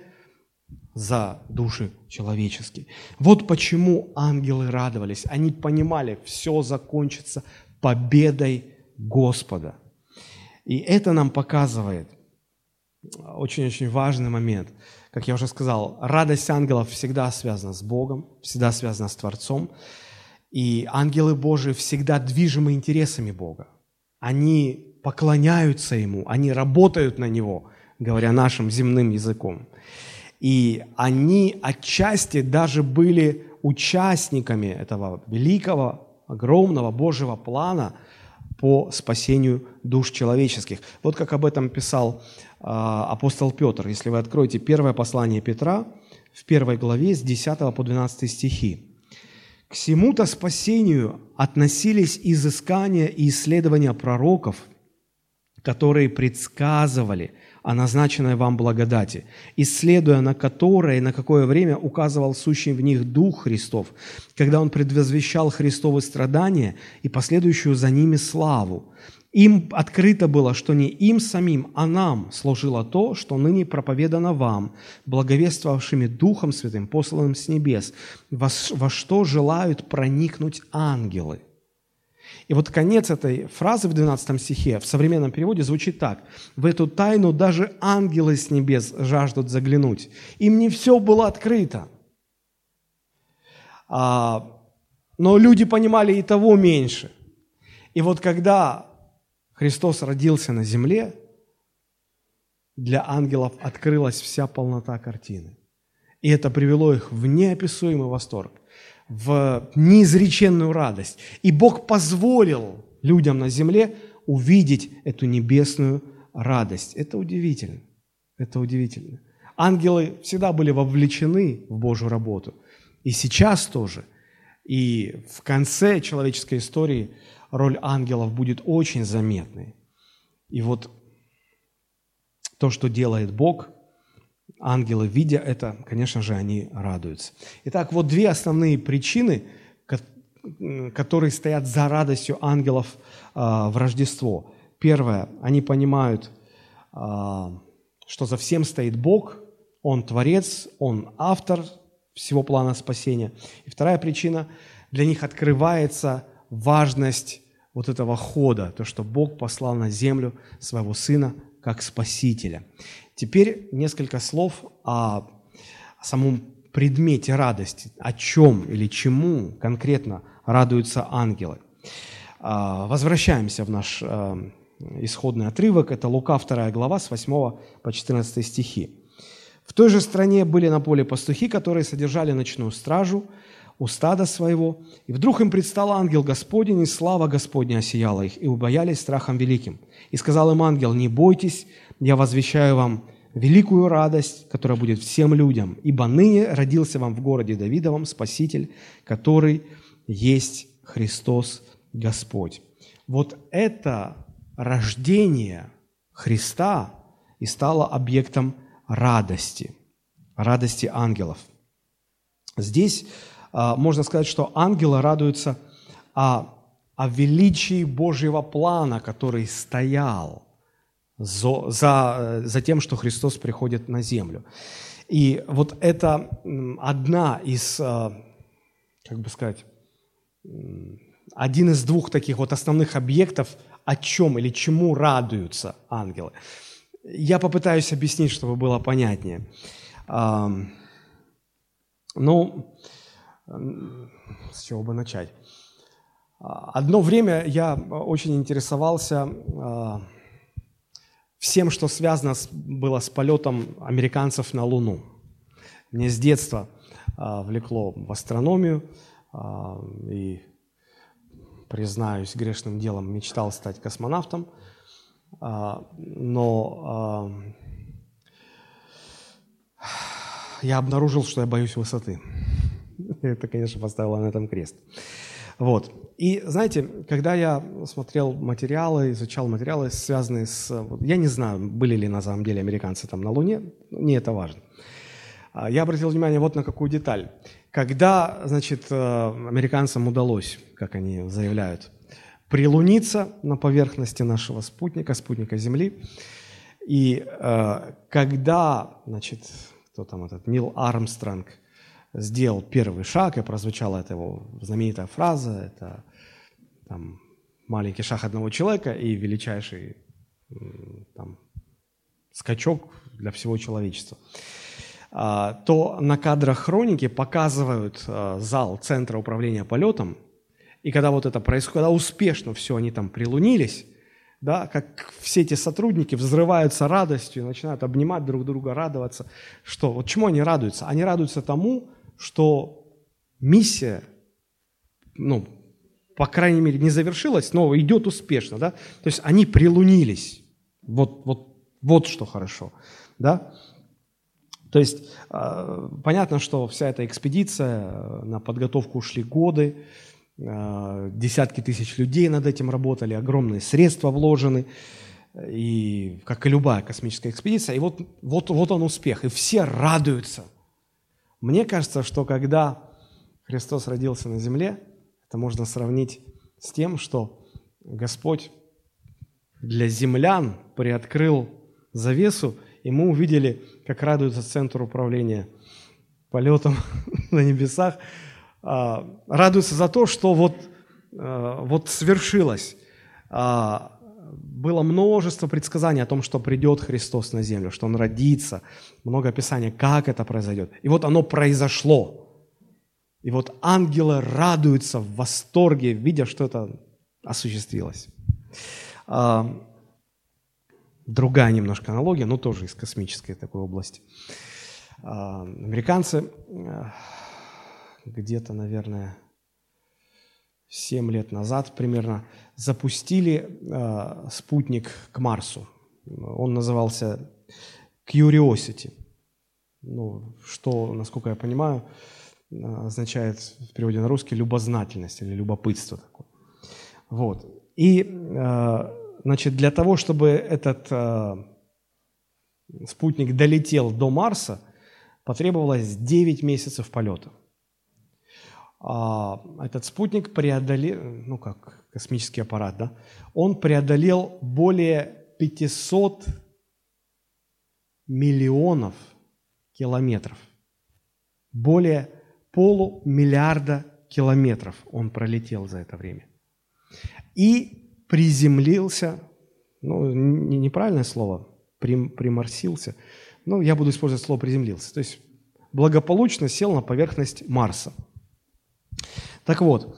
за души человеческие. Вот почему ангелы радовались. Они понимали, все закончится победой Господа. И это нам показывает очень-очень важный момент. Как я уже сказал, радость ангелов всегда связана с Богом, всегда связана с Творцом. И ангелы Божии всегда движимы интересами Бога. Они поклоняются Ему, они работают на Него, говоря нашим земным языком. И они отчасти даже были участниками этого великого, огромного Божьего плана по спасению душ человеческих. Вот как об этом писал э, апостол Петр. Если вы откроете первое послание Петра, в первой главе с десятого по двенадцатый стихи. «К сему-то спасению относились изыскания и исследования пророков, которые предсказывали о назначенной вам благодати, исследуя на которое и на какое время указывал сущий в них Дух Христов, когда Он предвозвещал Христовы страдания и последующую за ними славу. Им открыто было, что не им самим, а нам служило то, что ныне проповедано вам, благовествовавшими Духом Святым, посланным с небес, во, во что желают проникнуть ангелы». И вот конец этой фразы в двенадцатом стихе в современном переводе звучит так. «В эту тайну даже ангелы с небес жаждут заглянуть. Им не все было открыто». А, но люди понимали и того меньше. И вот когда Христос родился на земле, для ангелов открылась вся полнота картины. И это привело их в неописуемый восторг, в неизреченную радость. И Бог позволил людям на земле увидеть эту небесную радость. Это удивительно. Это удивительно. Ангелы всегда были вовлечены в Божью работу. И сейчас тоже. И в конце человеческой истории роль ангелов будет очень заметной. И вот то, что делает Бог, ангелы, видя это, конечно же, они радуются. Итак, вот две основные причины, которые стоят за радостью ангелов в Рождество. Первое, они понимают, что за всем стоит Бог, Он Творец, Он автор всего плана спасения. И вторая причина, для них открывается важность вот этого хода, то, что Бог послал на землю своего Сына как Спасителя. Теперь несколько слов о самом предмете радости, о чем или чему конкретно радуются ангелы. Возвращаемся в наш исходный отрывок, это Лука вторая глава с восьмого по четырнадцатый стихи. «В той же стране были на поле пастухи, которые содержали ночную стражу у стада своего, и вдруг им предстал ангел Господень, и слава Господня осияла их, и убоялись страхом великим. И сказал им ангел: не бойтесь, я возвещаю вам великую радость, которая будет всем людям, ибо ныне родился вам в городе Давидовом Спаситель, который есть Христос Господь». Вот это рождение Христа и стало объектом радости, радости ангелов. Здесь а, можно сказать, что ангелы радуются о, о величии Божьего плана, который стоял за, за, за тем, что Христос приходит на землю. И вот это одна из, как бы сказать, один из двух таких вот основных объектов, о чем или чему радуются ангелы. Я попытаюсь объяснить, чтобы было понятнее. Ну, с чего бы начать? Одно время я очень интересовался всем, что связано с, было с полетом американцев на Луну. Мне с детства влекло в астрономию, и, признаюсь, грешным делом мечтал стать космонавтом. Но я обнаружил, что я боюсь высоты. Это, конечно, поставило на этом крест. Вот. И, знаете, когда я смотрел материалы, изучал материалы, связанные с... Я не знаю, были ли на самом деле американцы там на Луне, не это важно. Я обратил внимание вот на какую деталь. Когда, значит, американцам удалось, как они заявляют, прилуниться на поверхности нашего спутника, спутника Земли. И э, когда, значит, кто там этот, Нил Армстронг сделал первый шаг, и прозвучала эта его знаменитая фраза, это там, маленький шаг одного человека и величайший там, скачок для всего человечества, э, то на кадрах хроники показывают э, зал Центра управления полетом. И когда вот это происходит, когда успешно все, они там прилунились, да, как все эти сотрудники взрываются радостью, начинают обнимать друг друга, радоваться. Что? Вот чему они радуются? Они радуются тому, что миссия, ну, по крайней мере, не завершилась, но идет успешно, да. То есть они прилунились. Вот, вот, вот что хорошо, да. То есть э, понятно, что вся эта экспедиция, на подготовку ушли годы, десятки тысяч людей над этим работали, огромные средства вложены, и, как и любая космическая экспедиция. И вот, вот, вот он успех, и все радуются. Мне кажется, что когда Христос родился на земле, это можно сравнить с тем, что Господь для землян приоткрыл завесу, и мы увидели, как радуется Центр управления полетом на небесах, радуются за то, что вот, вот свершилось. Было множество предсказаний о том, что придет Христос на землю, что Он родится, много описаний, как это произойдет. И вот оно произошло. И вот ангелы радуются в восторге, видя, что это осуществилось. Другая немножко аналогия, но тоже из космической такой области. Американцы где-то, наверное, семь лет назад примерно запустили спутник к Марсу. Он назывался Curiosity. Ну, что, насколько я понимаю, означает в переводе на русский любознательность или любопытство такое. Вот. И, значит, для того, чтобы этот спутник долетел до Марса, потребовалось девять месяцев полета. А этот спутник преодолел, ну как космический аппарат, да, он преодолел более пятьсот миллионов километров. Более полумиллиарда километров он пролетел за это время. И приземлился, ну, неправильное слово, приморсился, ну, я буду использовать слово «приземлился», то есть благополучно сел на поверхность Марса. Так вот,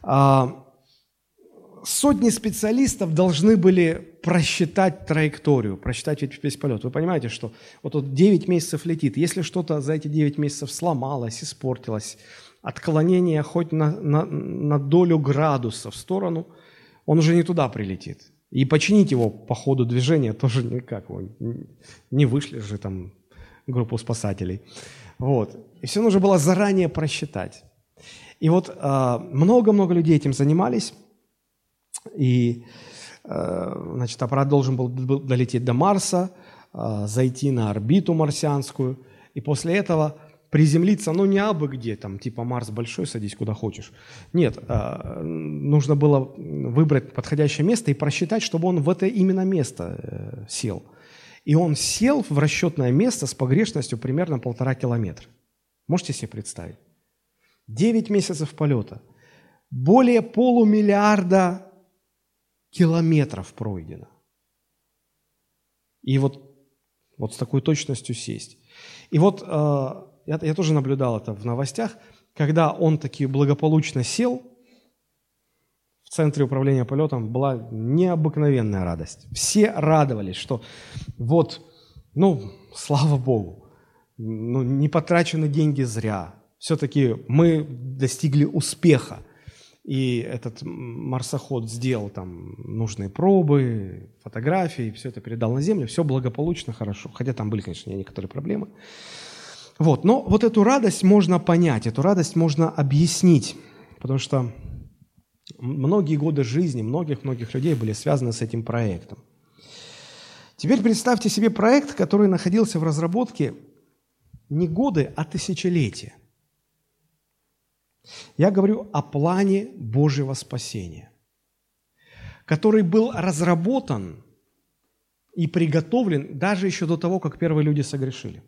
сотни специалистов должны были просчитать траекторию, просчитать весь полет. Вы понимаете, что вот тут девять месяцев летит. Если что-то за эти девять месяцев сломалось, испортилось, отклонение хоть на, на, на долю градуса в сторону, он уже не туда прилетит. И починить его по ходу движения тоже никак. Не вышли же там группу спасателей. Вот. И все нужно было заранее просчитать. И вот много-много людей этим занимались. И, значит, аппарат должен был долететь до Марса, зайти на орбиту марсианскую, и после этого приземлиться, ну, не абы где, там, типа Марс большой, садись куда хочешь. Нет, нужно было выбрать подходящее место и просчитать, чтобы он в это именно место сел. И он сел в расчетное место с погрешностью примерно полтора километра. Можете себе представить? Девять месяцев полета. Более полумиллиарда километров пройдено. И вот, вот с такой точностью сесть. И вот э, я, я тоже наблюдал это в новостях, когда он таки благополучно сел, в центре управления полетом была необыкновенная радость. Все радовались, что вот, ну, слава Богу, ну, не потрачены деньги зря. Все-таки мы достигли успеха. И этот марсоход сделал там нужные пробы, фотографии, все это передал на Землю, все благополучно, хорошо. Хотя там были, конечно, некоторые проблемы. Вот. Но вот эту радость можно понять, эту радость можно объяснить, потому что многие годы жизни многих-многих людей были связаны с этим проектом. Теперь представьте себе проект, который находился в разработке не годы, а тысячелетия. Я говорю о плане Божьего спасения, который был разработан и приготовлен даже еще до того, как первые люди согрешили.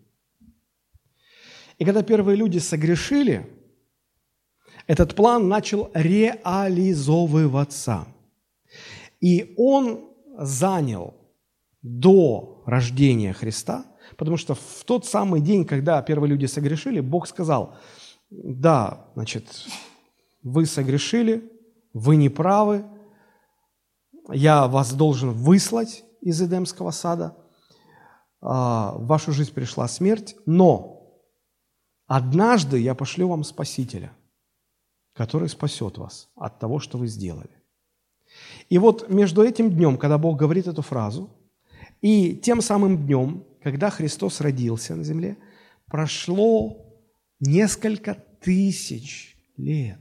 И когда первые люди согрешили, этот план начал реализовываться. И он занял до рождения Христа, потому что в тот самый день, когда первые люди согрешили, Бог сказал: да, значит, вы согрешили, вы не правы, я вас должен выслать из Эдемского сада, в вашу жизнь пришла смерть, но однажды я пошлю вам Спасителя, который спасет вас от того, что вы сделали. И вот между этим днем, когда Бог говорит эту фразу, и тем самым днем, когда Христос родился на земле, прошло несколько тысяч лет.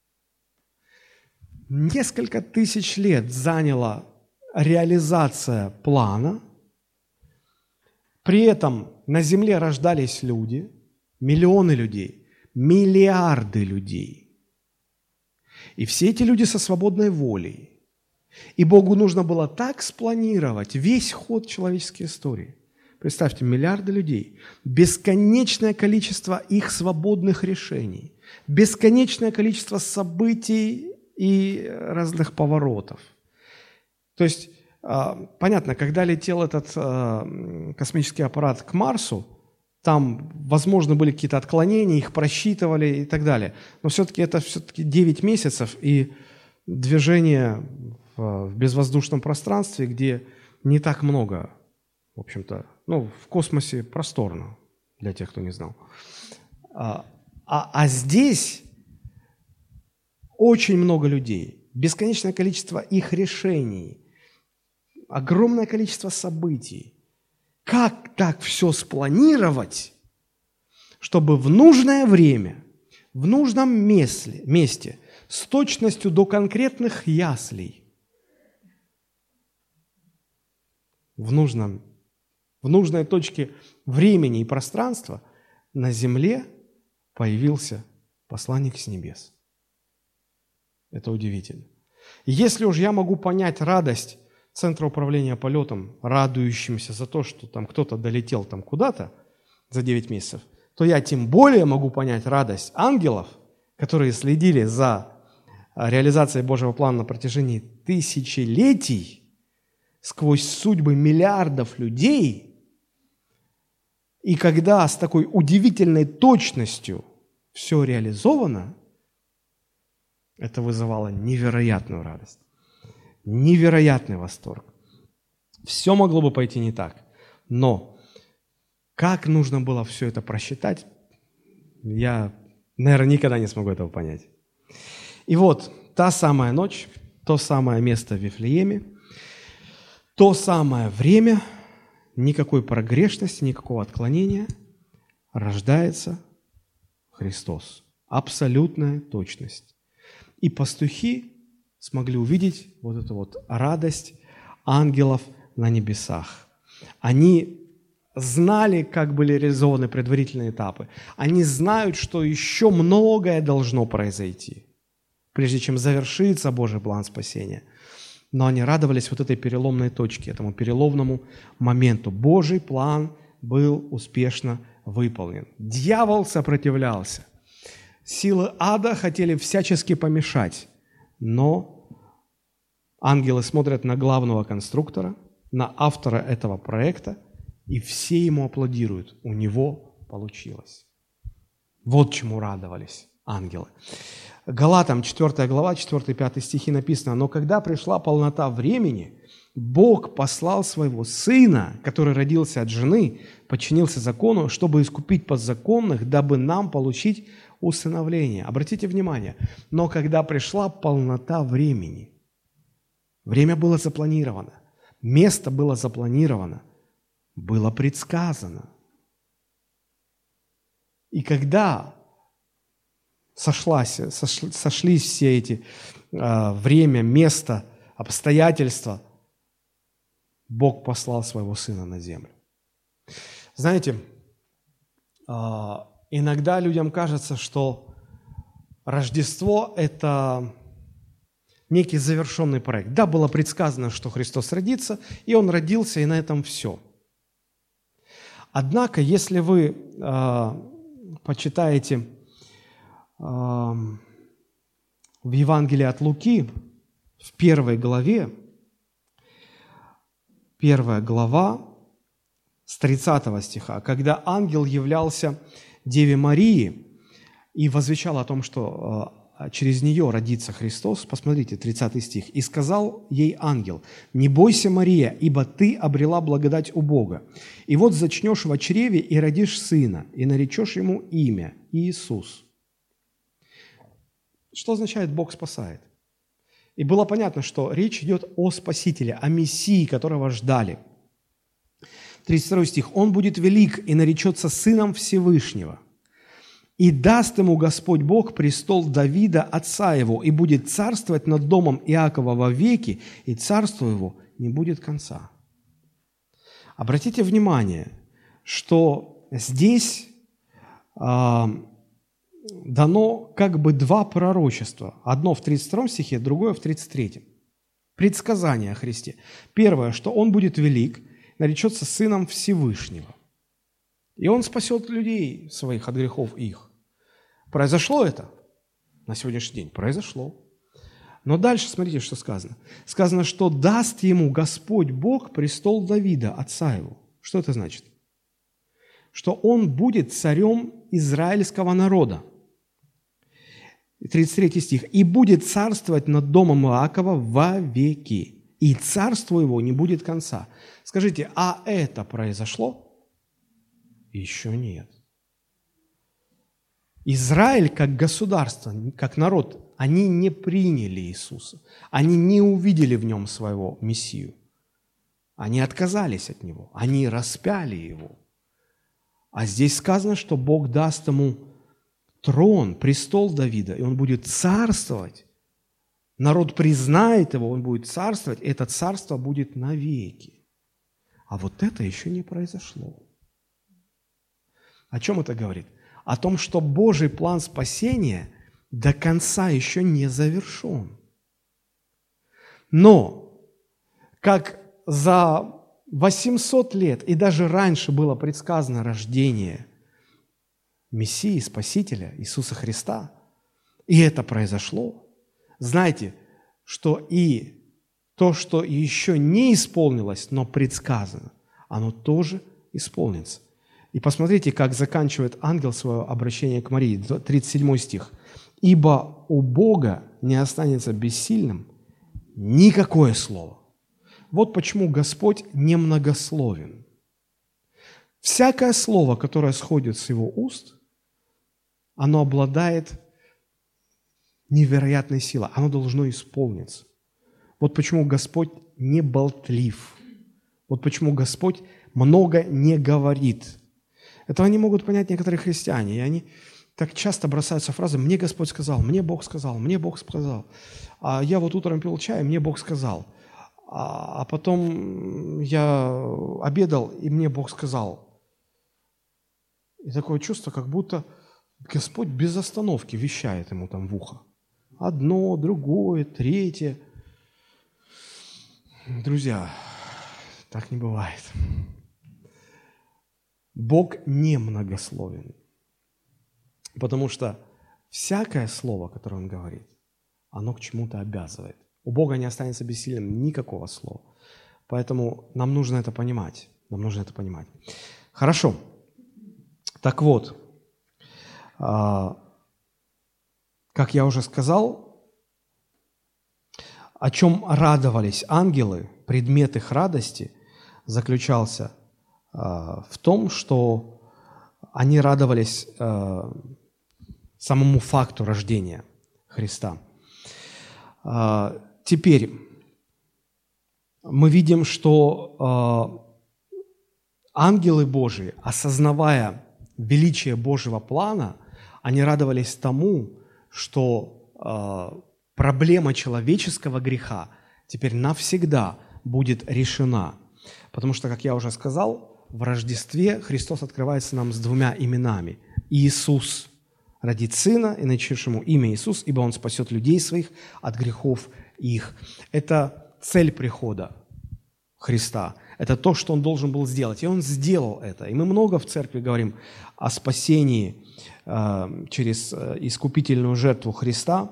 Несколько тысяч лет заняла реализация плана. При этом на земле рождались люди, миллионы людей, миллиарды людей. И все эти люди со свободной волей. И Богу нужно было так спланировать весь ход человеческой истории. Представьте, миллиарды людей, бесконечное количество их свободных решений, бесконечное количество событий и разных поворотов. То есть, понятно, когда летел этот космический аппарат к Марсу, там, возможно, были какие-то отклонения, их просчитывали и так далее. Но все-таки это все-таки девять месяцев и движение в безвоздушном пространстве, где не так много, в общем-то, ну, в космосе просторно. для тех, кто не знал. А, а, а здесь очень много людей, бесконечное количество их решений, огромное количество событий. Как так все спланировать, чтобы в нужное время, в нужном месте, месте с точностью до конкретных яслей, в, нужном, в нужной точке времени и пространства на земле появился посланник с небес. Это удивительно. И если уж я могу понять радость Центра управления полетом, радующимся за то, что там кто-то долетел там куда-то за девять месяцев, то я тем более могу понять радость ангелов, которые следили за реализацией Божьего плана на протяжении тысячелетий сквозь судьбы миллиардов людей. И когда с такой удивительной точностью все реализовано, это вызывало невероятную радость, невероятный восторг. Все могло бы пойти не так, но как нужно было все это просчитать, я, наверное, никогда не смогу этого понять. И вот та самая ночь, то самое место в Вифлееме, то самое время, никакой прогрешности, никакого отклонения, рождается Христос. Абсолютная точность. И пастухи смогли увидеть вот эту вот радость ангелов на небесах. Они знали, как были реализованы предварительные этапы. Они знают, что еще многое должно произойти, прежде чем завершится Божий план спасения. Но они радовались вот этой переломной точке, этому переломному моменту. Божий план был успешно выполнен. Дьявол сопротивлялся. Силы ада хотели всячески помешать, но ангелы смотрят на главного конструктора, на автора этого проекта, и все ему аплодируют. У него получилось. Вот чему радовались ангелы. Галатам четвёртая глава, четыре-пять стихи написано: «Но когда пришла полнота времени, Бог послал своего Сына, который родился от жены, подчинился закону, чтобы искупить подзаконных, дабы нам получить усыновление». Обратите внимание, но когда пришла полнота времени, время было запланировано, место было запланировано, было предсказано. И когда сошлась, сошли, сошлись все эти э, время, место, обстоятельства, Бог послал своего Сына на землю. Знаете, э, иногда людям кажется, что Рождество – это некий завершенный проект. Да, было предсказано, что Христос родится, и Он родился, и на этом все. Однако, если вы э, почитаете э, в Евангелии от Луки, в первой главе, первая глава, с тридцатого стиха, когда ангел являлся Деве Марии и возвещал о том, что через нее родится Христос, посмотрите, тридцатый стих, «И сказал ей ангел: не бойся, Мария, ибо ты обрела благодать у Бога. И вот зачнешь во чреве и родишь сына, и наречешь ему имя Иисус». Что означает «Бог спасает»? И было понятно, что речь идет о Спасителе, о Мессии, которого ждали. тридцать второй стих. «Он будет велик и наречется Сыном Всевышнего. И даст ему Господь Бог престол Давида, отца его, и будет царствовать над домом Иакова вовеки, и царству его не будет конца». Обратите внимание, что здесь э, дано как бы два пророчества. Одно в тридцать втором стихе, другое в тридцать третьем. Предсказание о Христе. Первое, что Он будет велик, наречется Сыном Всевышнего. И Он спасет людей своих от грехов их. Произошло это на сегодняшний день? Произошло. Но дальше смотрите, что сказано. Сказано, что даст ему Господь Бог престол Давида, отца его. Что это значит? Что он будет царем израильского народа. тридцать третий стих. «И будет царствовать над домом Иакова вовеки, и царству его не будет конца». Скажите, а это произошло? Еще нет. Израиль как государство, как народ, они не приняли Иисуса. Они не увидели в нем своего Мессию. Они отказались от Него. Они распяли Его. А здесь сказано, что Бог даст ему трон, престол Давида, и он будет царствовать. Народ признает его, он будет царствовать, и это царство будет навеки. А вот это еще не произошло. О чем это говорит? О том, что Божий план спасения до конца еще не завершен. Но, как за восемьсот лет и даже раньше было предсказано рождение Мессии, Спасителя, Иисуса Христа, и это произошло, знайте, что и то, что еще не исполнилось, но предсказано, оно тоже исполнится. И посмотрите, как заканчивает ангел свое обращение к Марии, тридцать седьмой стих. «Ибо у Бога не останется бессильным никакое слово». Вот почему Господь немногословен. Всякое слово, которое сходит с Его уст, оно обладает невероятной силой, оно должно исполниться. Вот почему Господь не болтлив. Вот почему Господь много не говорит. Этого не могут понять некоторые христиане, и они так часто бросаются фразы «мне Господь сказал», «мне Бог сказал», «мне Бог сказал». А я вот утром пил чай, «мне Бог сказал». А потом я обедал, и мне Бог сказал. И такое чувство, как будто Господь без остановки вещает ему там в ухо. Одно, другое, третье. Друзья, так не бывает. Бог не многословен, потому что всякое слово, которое Он говорит, оно к чему-то обязывает. У Бога не останется бессильным никакого слова. Поэтому нам нужно это понимать. Нам нужно это понимать. Хорошо. Так вот, как я уже сказал, о чем радовались ангелы, предмет их радости заключался в том, что они радовались самому факту рождения Христа. Теперь мы видим, что э, ангелы Божии, осознавая величие Божьего плана, они радовались тому, что э, проблема человеческого греха теперь навсегда будет решена. Потому что, как я уже сказал, в Рождестве Христос открывается нам с двумя именами. Иисус родит Сына, и наречешь Ему имя Иисус, ибо Он спасет людей своих от грехов их. Это цель прихода Христа. Это то, что Он должен был сделать. И Он сделал это. И мы много в церкви говорим о спасении э, через искупительную жертву Христа.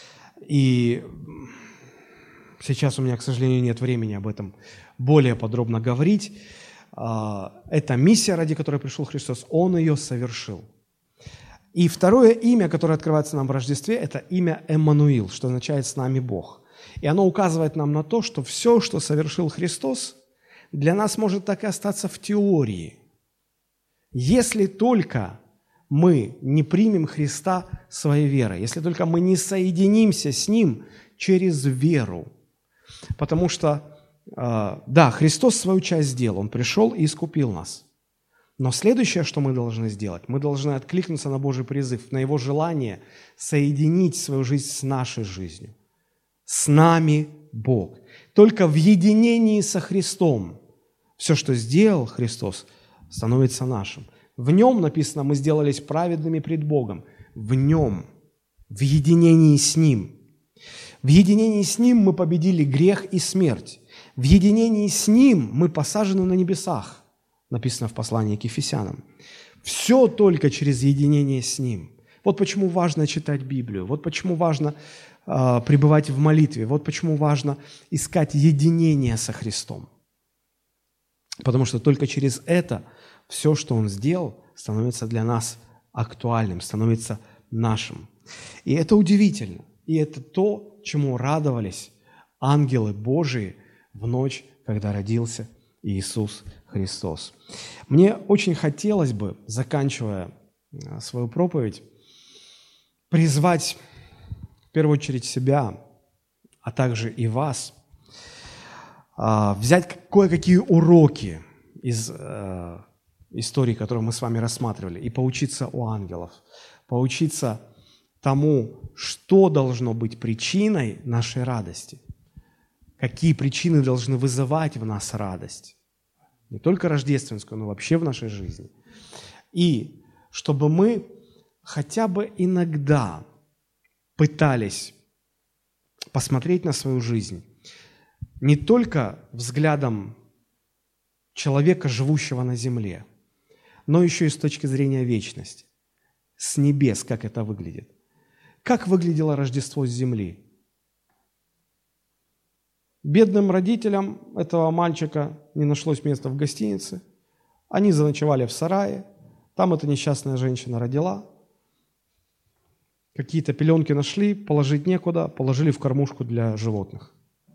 И сейчас у меня, к сожалению, нет времени об этом более подробно говорить. Э, это миссия, ради которой пришел Христос. Он ее совершил. И второе имя, которое открывается нам в Рождестве, это имя Эммануил, что означает «с нами Бог». И оно указывает нам на то, что все, что совершил Христос, для нас может так и остаться в теории. Если только мы не примем Христа своей верой, если только мы не соединимся с Ним через веру. Потому что, да, Христос свою часть сделал, Он пришел и искупил нас. Но следующее, что мы должны сделать, мы должны откликнуться на Божий призыв, на Его желание соединить свою жизнь с нашей жизнью. С нами Бог. Только в единении со Христом все, что сделал Христос, становится нашим. В Нем, написано, мы сделались праведными пред Богом. В Нем, в единении с Ним. В единении с Ним мы победили грех и смерть. В единении с Ним мы посажены на небесах. Написано в послании к Ефесянам. Все только через единение с Ним. Вот почему важно читать Библию, вот почему важно э, пребывать в молитве, вот почему важно искать единение со Христом. Потому что только через это все, что Он сделал, становится для нас актуальным, становится нашим. И это удивительно. И это то, чему радовались ангелы Божии в ночь, когда родился Иисус Христос. Мне очень хотелось бы, заканчивая свою проповедь, призвать в первую очередь себя, а также и вас, взять кое-какие уроки из э, истории, которую мы с вами рассматривали, и поучиться у ангелов, поучиться тому, что должно быть причиной нашей радости, какие причины должны вызывать в нас радость, не только рождественскую, но вообще в нашей жизни. И чтобы мы хотя бы иногда пытались посмотреть на свою жизнь не только взглядом человека, живущего на земле, но еще и с точки зрения вечности, с небес, как это выглядит. Как выглядело Рождество с земли? Бедным родителям этого мальчика не нашлось места в гостинице. Они заночевали в сарае. Там эта несчастная женщина родила. Какие-то пеленки нашли, положить некуда, положили в кормушку для животных.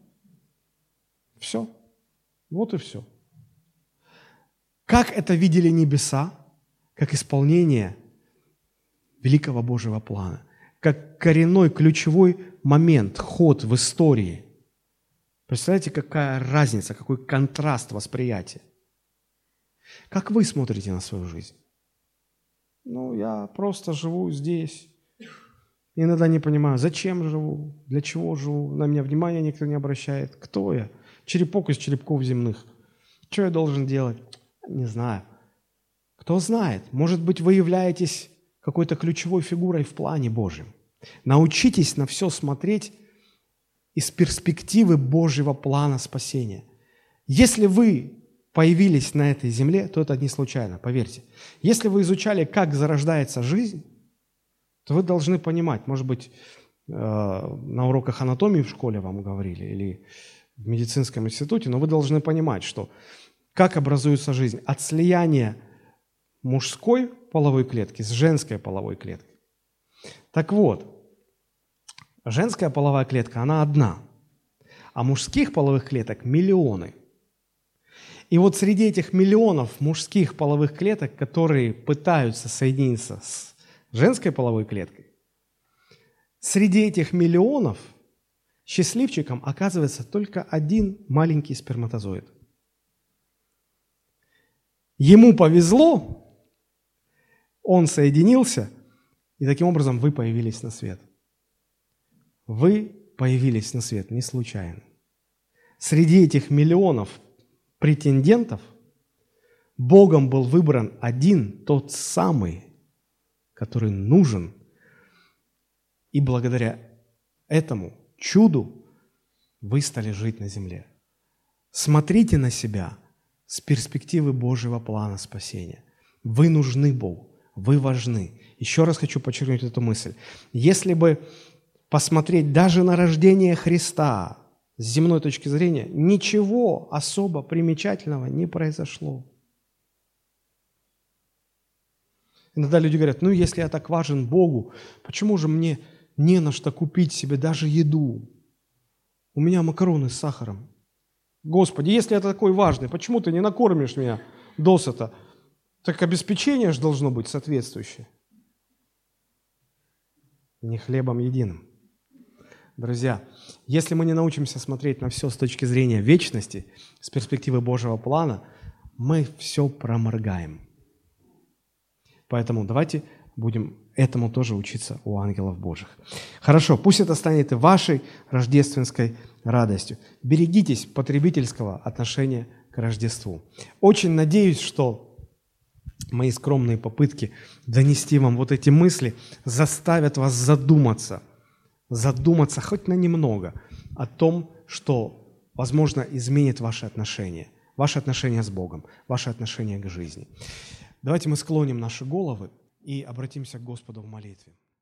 Все. Вот и все. Как это видели небеса? Как исполнение великого Божьего плана. Как коренной, ключевой момент, ход в истории. Представляете, какая разница, какой контраст восприятия. Как вы смотрите на свою жизнь? Ну, я просто живу здесь. Иногда не понимаю, зачем живу, для чего живу. На меня внимания никто не обращает. Кто я? Черепок из черепков земных. Что я должен делать? Не знаю. Кто знает? Может быть, вы являетесь какой-то ключевой фигурой в плане Божьем. Научитесь на все смотреть из перспективы Божьего плана спасения. Если вы появились на этой земле, то это не случайно, поверьте. Если вы изучали, как зарождается жизнь, то вы должны понимать, может быть, на уроках анатомии в школе вам говорили или в медицинском институте, но вы должны понимать, что как образуется жизнь от слияния мужской половой клетки с женской половой клеткой. Так вот, женская половая клетка, она одна, а мужских половых клеток миллионы. И вот среди этих миллионов мужских половых клеток, которые пытаются соединиться с женской половой клеткой, среди этих миллионов счастливчиком оказывается только один маленький сперматозоид. Ему повезло, он соединился, и таким образом вы появились на свет. Вы появились на свет не случайно. Среди этих миллионов претендентов Богом был выбран один, тот самый, который нужен. И благодаря этому чуду вы стали жить на земле. Смотрите на себя с перспективы Божьего плана спасения. Вы нужны Богу, вы важны. Еще раз хочу подчеркнуть эту мысль. Если бы посмотреть даже на рождение Христа с земной точки зрения, ничего особо примечательного не произошло. Иногда люди говорят, ну если я так важен Богу, почему же мне не на что купить себе даже еду? У меня макароны с сахаром. Господи, если я такой важный, почему ты не накормишь меня досыта? Так обеспечение же должно быть соответствующее. Не хлебом единым. Друзья, если мы не научимся смотреть на все с точки зрения вечности, с перспективы Божьего плана, мы все проморгаем. Поэтому давайте будем этому тоже учиться у ангелов Божьих. Хорошо, пусть это станет и вашей рождественской радостью. Берегитесь потребительского отношения к Рождеству. Очень надеюсь, что мои скромные попытки донести вам вот эти мысли заставят вас задуматься, задуматься хоть на немного о том, что, возможно, изменит ваши отношения, ваши отношения с Богом, ваши отношения к жизни. Давайте мы склоним наши головы и обратимся к Господу в молитве.